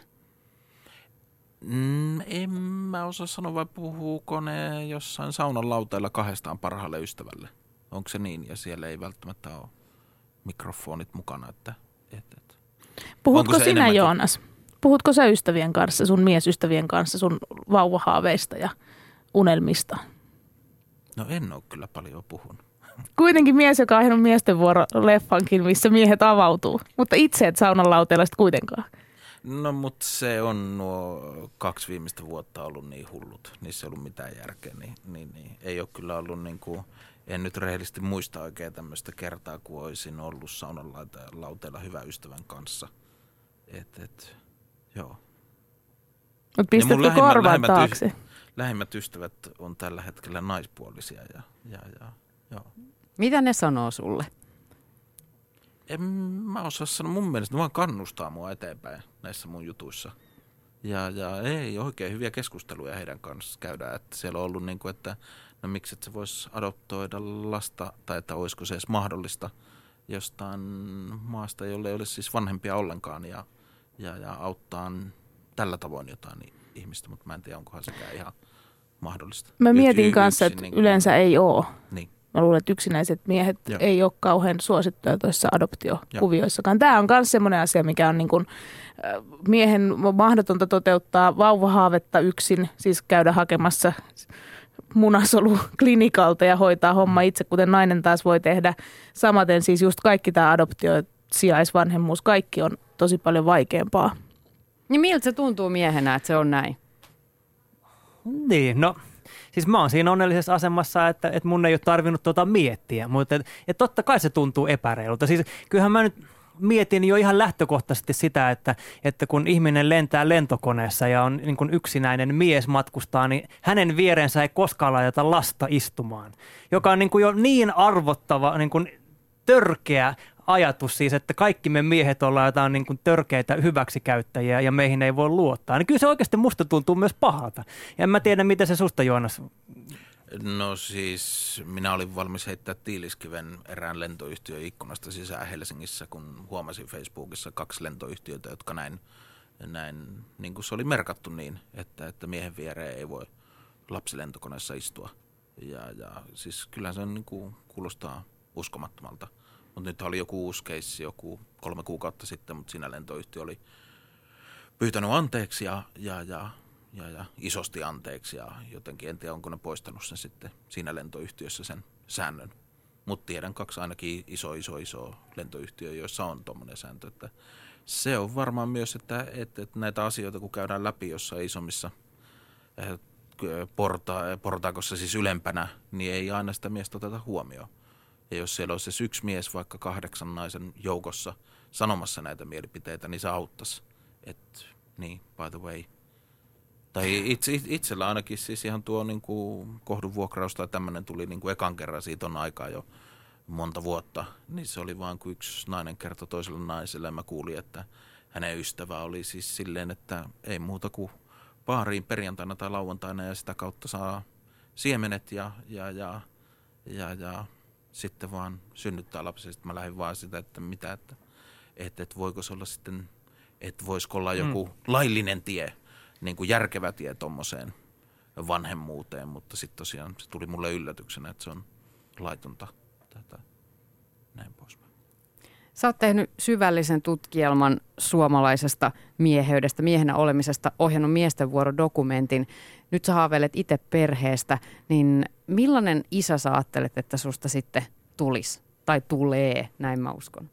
[SPEAKER 6] En mä osaa sanoa, vai puhuuko ne jossain saunan lauteilla 2 parhaalle ystävälle. Onko se niin? Ja siellä ei välttämättä ole mikrofonit mukana.
[SPEAKER 4] Puhutko sinä, enemmänkin? Joonas? Puhutko sä ystävien kanssa, sun miesystävien kanssa, sun vauvahaaveista ja unelmista?
[SPEAKER 6] No en ole kyllä paljon puhunut.
[SPEAKER 4] Kuitenkin mies, joka on aihannut miesten vuoro leffankin, missä miehet avautuu. Mutta itse et saunan lauteella sitten kuitenkaan.
[SPEAKER 6] No, mutta se on nuo 2 viimeistä vuotta ollut niin hullut. Niissä ei ollut mitään järkeä. Niin. Ei ole kyllä ollut niin kuin, en nyt rehellisesti muista oikein tämmöistä kertaa, kun olisin ollut saunan lauteella hyvän ystävän kanssa. Joo.
[SPEAKER 4] Mutta pistätkö korvan taakse?
[SPEAKER 6] Lähimmät ystävät on tällä hetkellä naispuolisia joo.
[SPEAKER 3] Mitä ne sanoo sulle?
[SPEAKER 6] En mä osaa sanoa. Mun mielestä ne vaan kannustaa mua eteenpäin näissä mun jutuissa. Ja ei oikein hyviä keskusteluja heidän kanssa käydään. Että siellä on ollut niin kuin, että no miksi et se voisi adoptoida lasta, tai että olisiko se edes mahdollista jostain maasta, jolle ei ole siis vanhempia ollenkaan ja auttaa tällä tavoin jotain ihmistä, mutta mä en tiedä, onkohan sekään ihan mahdollista.
[SPEAKER 4] Mä mietin kanssa, että
[SPEAKER 6] niin
[SPEAKER 4] yleensä ei ole.
[SPEAKER 6] Niin.
[SPEAKER 4] Mä luulen, että yksinäiset miehet ei ole kauhean suosittuja tuossa adoptiokuvioissakaan. Tämä on myös semmoinen asia, mikä on niin kuin miehen mahdotonta toteuttaa vauvahaavetta yksin, siis käydä hakemassa munasoluklinikalta ja hoitaa homma itse, kuten nainen taas voi tehdä. Samaten siis just kaikki tämä adoptio, sijaisvanhemmuus, kaikki on tosi paljon vaikeampaa.
[SPEAKER 3] Niin miltä se tuntuu miehenä, että se on näin?
[SPEAKER 5] Niin, no siis mä oon siinä onnellisessa asemassa, että mun ei ole tarvinnut miettiä, mutta totta kai se tuntuu epäreilulta. Siis kyllähän mä nyt mietin jo ihan lähtökohtaisesti sitä, että kun ihminen lentää lentokoneessa ja on niin kuin yksinäinen mies matkustaa, niin hänen vierensä ei koskaan laiteta lasta istumaan, joka on niin kuin jo niin arvottava, niin kuin törkeä ajatus siis, että kaikki me miehet ollaan jotain niin kuin törkeitä hyväksikäyttäjiä ja meihin ei voi luottaa, niin kyllä se oikeasti musta tuntuu myös pahalta. Ja en mä tiedä, miten se susta, Joonas.
[SPEAKER 6] No siis minä olin valmis heittää tiiliskiven erään lentoyhtiön ikkunasta sisään Helsingissä, kun huomasin Facebookissa 2 lentoyhtiötä, jotka näin niin kuin se oli merkattu niin, että miehen viereen ei voi lapsi lentokoneessa istua. Ja siis kyllähän se niin kuin kuulostaa uskomattomalta. Mutta nyt oli joku uusi keissi, joku 3 kuukautta sitten, mutta siinä lentoyhtiö oli pyytänyt anteeksi ja isosti anteeksi. Ja jotenkin en tiedä, onko ne poistanut sen sitten siinä lentoyhtiössä sen säännön. Mutta tiedän 2 ainakin iso lentoyhtiöä, joissa on tuommoinen sääntö. Että se on varmaan myös, että näitä asioita kun käydään läpi jossain isommissa portaakossa siis ylempänä, niin ei aina sitä miestä oteta huomioon. Ja jos siellä olisi siis 1 mies vaikka 8 naisen joukossa sanomassa näitä mielipiteitä, niin se auttaisi. Niin, by the way. Tai itsellä ainakin siis ihan tuo niin kuin kohdunvuokraus tai tämmöinen tuli niin kuin ekan kerran, siitä on aikaa jo monta vuotta. Niin se oli vaan kuin 1 nainen kertoi toiselle naiselle ja mä kuulin, että hänen ystävä oli siis silleen, että ei muuta kuin baariin perjantaina tai lauantaina ja sitä kautta saa siemenet ja sitten vaan synnyttää lapsi. Sitten mä lähdin vaan sitä, että voiko se olla sitten, että voisiko olla joku laillinen tie, niin kuin järkevä tie tommoseen vanhemmuuteen, mutta sitten tosiaan se tuli mulle yllätyksenä, että se on laitonta tätä näin poispäin.
[SPEAKER 3] Sä oot tehnyt syvällisen tutkielman suomalaisesta mieheydestä, miehenä olemisesta, ohjannut Miesten vuoro-dokumentin. Nyt sä haaveilet itse perheestä, niin millainen isä sä ajattelet, että susta sitten tulisi tai tulee, näin mä uskon?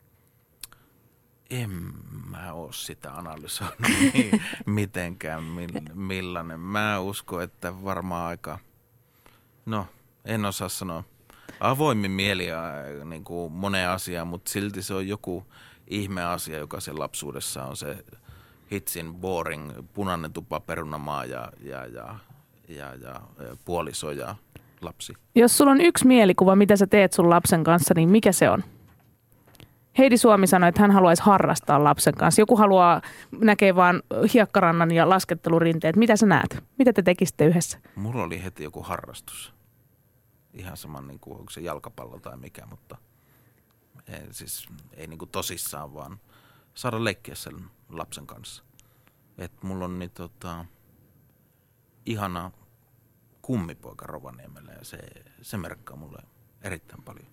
[SPEAKER 6] En mä oo sitä analysoinut mitenkään, millainen. Mä uskon, että varmaan aika, en osaa sanoa, avoimin mieli niin kuin moneen asiaan, mutta silti se on joku ihme asia, joka sen lapsuudessa on se hitsin boring, punainen tupa, perunamaa ja puoliso ja lapsi.
[SPEAKER 4] Jos sulla on 1 mielikuva, mitä sä teet sun lapsen kanssa, niin mikä se on? Heidi Suomi sanoi, että hän haluaisi harrastaa lapsen kanssa. Joku näkee vaan hiekkarannan ja laskettelurinteet. Mitä sä näet? Mitä te tekisitte yhdessä?
[SPEAKER 6] Mulla oli heti joku harrastus. Ihan sama, niin kuin, onko se jalkapallo tai mikä, mutta ei niin kuin tosissaan, vaan saada leikkiä sen lapsen kanssa. Et mulla on ihana kummipoika Rovaniemellä ja se merkkaa mulle erittäin paljon.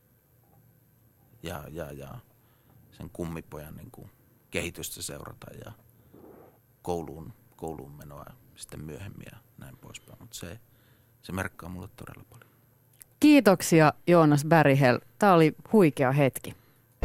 [SPEAKER 6] Ja sen kummipojan niin kuin kehitystä seurata ja kouluun menoa sitten myöhemmin ja näin poispäin. Mutta se merkkaa mulle todella paljon.
[SPEAKER 3] Kiitoksia Joonas Berghel. Tämä oli huikea hetki.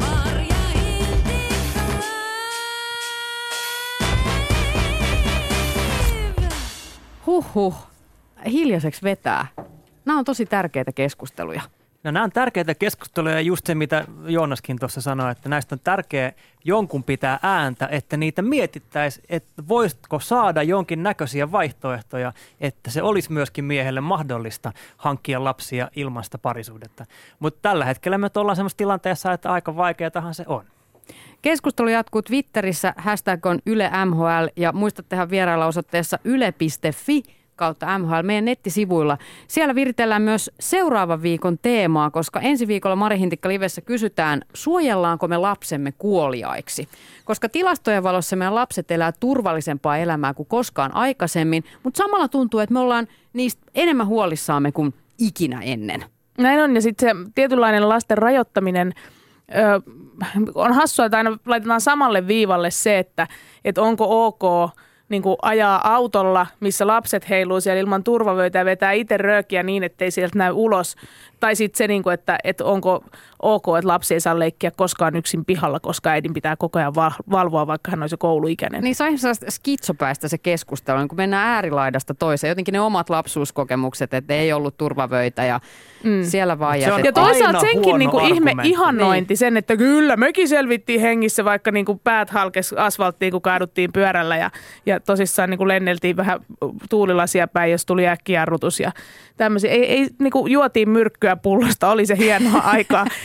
[SPEAKER 3] Hiljaiseksi vetää. Nämä on tosi tärkeitä keskusteluja.
[SPEAKER 5] No, nämä on tärkeitä keskusteluja ja just se, mitä Joonaskin tuossa sanoi, että näistä on tärkeää jonkun pitää ääntä, että niitä mietittäisiin, että voisitko saada jonkin näköisiä vaihtoehtoja, että se olisi myöskin miehelle mahdollista hankkia lapsia ilman sitä parisuhdetta. Mutta tällä hetkellä me ollaan semmoisessa tilanteessa, että aika vaikeatahan se on.
[SPEAKER 3] Keskustelu jatkuu Twitterissä, hashtag on YleMHL ja muistattehan vierailla osoitteessa yle.fi/MHL meidän nettisivuilla. Siellä viritellään myös seuraavan viikon teemaa, koska ensi viikolla Mari Hintikka Livessä kysytään, suojellaanko me lapsemme kuoliaiksi. Koska tilastojen valossa meidän lapset elää turvallisempaa elämää kuin koskaan aikaisemmin, mutta samalla tuntuu, että me ollaan niistä enemmän huolissaamme kuin ikinä ennen.
[SPEAKER 4] Näin on, ja sitten se tietynlainen lasten rajoittaminen on hassua, että aina laitetaan samalle viivalle se, että onko ok niin kuin ajaa autolla, missä lapset heiluu siellä ilman turvavöitä ja vetää itse röökiä niin, ettei sieltä näy ulos. Tai sitten se, niin kuin, että onko ok, että lapsi ei saa leikkiä koskaan yksin pihalla, koska äidin pitää koko ajan valvoa, vaikka hän olisi jo kouluikäinen.
[SPEAKER 3] Niin se on ihan skitsopäistä se keskustelu, kun mennään äärilaidasta toiseen. Jotenkin ne omat lapsuuskokemukset, että ei ollut turvavöitä ja siellä vaan jätettiin.
[SPEAKER 4] Ja toisaalta senkin niin kuin ihme ihannointi sen, että kyllä mekin selvittiin hengissä, vaikka niin kuin päät halkesi asfalttiin, kun kaaduttiin pyörällä ja tosissaan niin kuin lenneltiin vähän tuulilasia päin, jos tuli äkkijarrutus ja tämmöisiä. Ei niin kuin juotiin myrkkyä pullosta, oli se hienoa aikaa.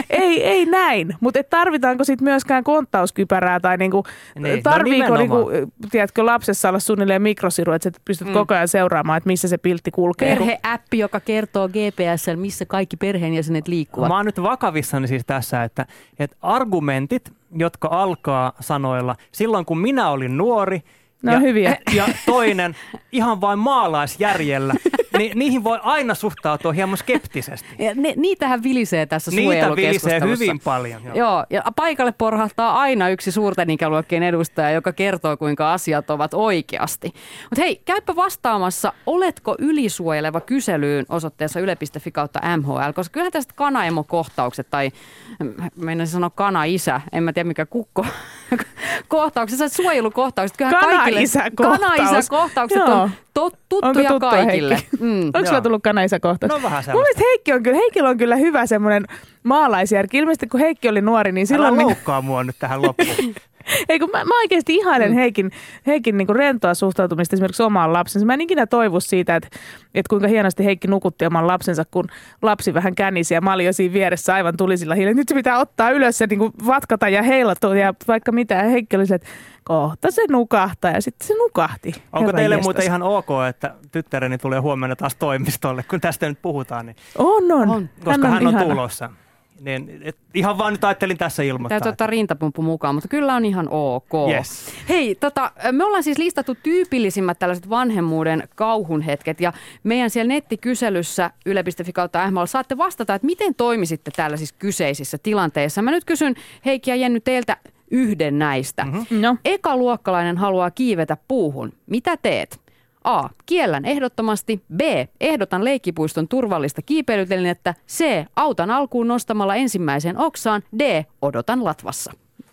[SPEAKER 4] ei näin. Mutta tarvitaanko sitten myöskään konttauskypärää tai niinku, tarviiko niinku, tiedätkö, lapsessa olla suunnilleen mikrosiru, että sä pystyt koko ajan seuraamaan, että missä se piltti kulkee.
[SPEAKER 3] Perheäppi, joka kertoo GPS:llä, missä kaikki perheenjäsenet liikkuvat.
[SPEAKER 5] Mä oon nyt vakavissani siis tässä, että argumentit, jotka alkaa sanoilla silloin kun minä olin nuori,
[SPEAKER 4] No hyviä.
[SPEAKER 5] Ja toinen ihan vain maalaisjärjellä, niin niihin voi aina suhtautua hieman skeptisesti.
[SPEAKER 3] Ja niitähän vilisee tässä suojelukeskustelussa.
[SPEAKER 5] Niitä vilisee hyvin paljon.
[SPEAKER 3] Joo, ja paikalle porhahtaa aina yksi suurten ikäluokkien edustaja, joka kertoo, kuinka asiat ovat oikeasti. Mutta hei, käypä vastaamassa, oletko ylisuojeleva kyselyyn osoitteessa yle.fi/MHL, koska kyllähän tästä kanaemo-kohtaukset, tai meinasin sanoa kana-isä, en mä tiedä mikä kukko, kohtaukset, suojelukohtaukset, kyllähän kaikille kana-isä-kohtaukset on tuttuja kaikille.
[SPEAKER 4] Onko sulla tullut kana-isä-kohtaus?
[SPEAKER 5] No vähän
[SPEAKER 4] sellaista. Mun mielestä Heikkillä on kyllä hyvä semmoinen maalaisjärki. Ilmeisesti kun Heikki oli nuori, niin silloin...
[SPEAKER 5] Älä loukkaa mua nyt tähän loppuun.
[SPEAKER 4] Ei, kun mä oikeasti ihailen Heikin niin kuin rentoa suhtautumista esimerkiksi omaan lapsensa. Mä en ikinä toivu siitä, että kuinka hienosti Heikki nukutti oman lapsensa, kun lapsi vähän känisi ja mä olin jo siinä vieressä aivan tulisilla hiilillä. Nyt se pitää ottaa ylös ja niin kuin vatkata ja heilata ja vaikka mitä. Ja Heikki oli se, että kohta se nukahtaa ja sitten se nukahti.
[SPEAKER 5] Onko teille muuten ihan ok, että tyttäreni tulee huomenna taas toimistolle, kun tästä nyt puhutaan? Niin...
[SPEAKER 4] On.
[SPEAKER 5] Koska hän on tulossa. Niin, ihan vaan nyt ajattelin tässä ilmoittaa.
[SPEAKER 3] Täytyy ottaa rintapumppu mukaan, mutta kyllä on ihan ok.
[SPEAKER 5] Yes.
[SPEAKER 3] Hei, me ollaan siis listattu tyypillisimmät tällaiset vanhemmuuden kauhun hetket ja meidän siellä nettikyselyssä yle.fi/MHL saatte vastata, että miten toimisitte tällaisissa kyseisissä tilanteissa. Mä nyt kysyn Heikki ja Jenny teiltä yhden näistä. No. Ekaluokkalainen haluaa kiivetä puuhun. Mitä teet? A. Kiellän ehdottomasti. B. Ehdotan leikkipuiston turvallista kiipeilytelinettä. C. Autan alkuun nostamalla ensimmäiseen oksaan. D. Odotan latvassa.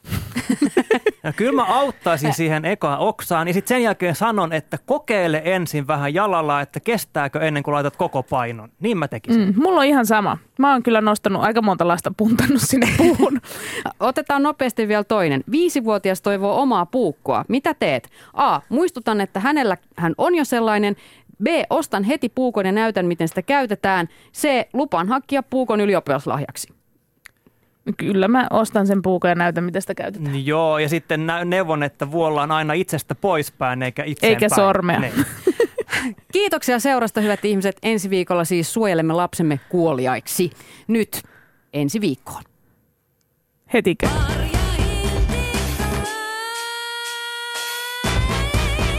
[SPEAKER 5] Ja kyllä mä auttaisin siihen ekaan oksaan ja sitten sen jälkeen sanon, että kokeile ensin vähän jalalla, että kestääkö ennen kuin laitat koko painon. Niin mä tekisin.
[SPEAKER 4] Mulla on ihan sama. Mä oon kyllä nostanut aika monta lasta puntannut sinne puuhun.
[SPEAKER 3] Otetaan nopeasti vielä toinen. 5-vuotias toivoo omaa puukkoa. Mitä teet? A. Muistutan, että hän on jo sellainen. B. Ostan heti puukon ja näytän, miten sitä käytetään. C. Lupaan hankkia puukon ylioppilaslahjaksi.
[SPEAKER 4] Kyllä mä ostan sen puukon ja näytän, miten sitä käytetään.
[SPEAKER 5] Joo, ja sitten neuvon, että vuollaan aina itsestä poispäin eikä itseen
[SPEAKER 4] eikä
[SPEAKER 5] päin.
[SPEAKER 4] Sormea.
[SPEAKER 3] Kiitoksia seurasta, hyvät ihmiset. Ensi viikolla siis suojelemme lapsemme kuoliaiksi. Nyt ensi viikkoon.
[SPEAKER 4] Hetikö?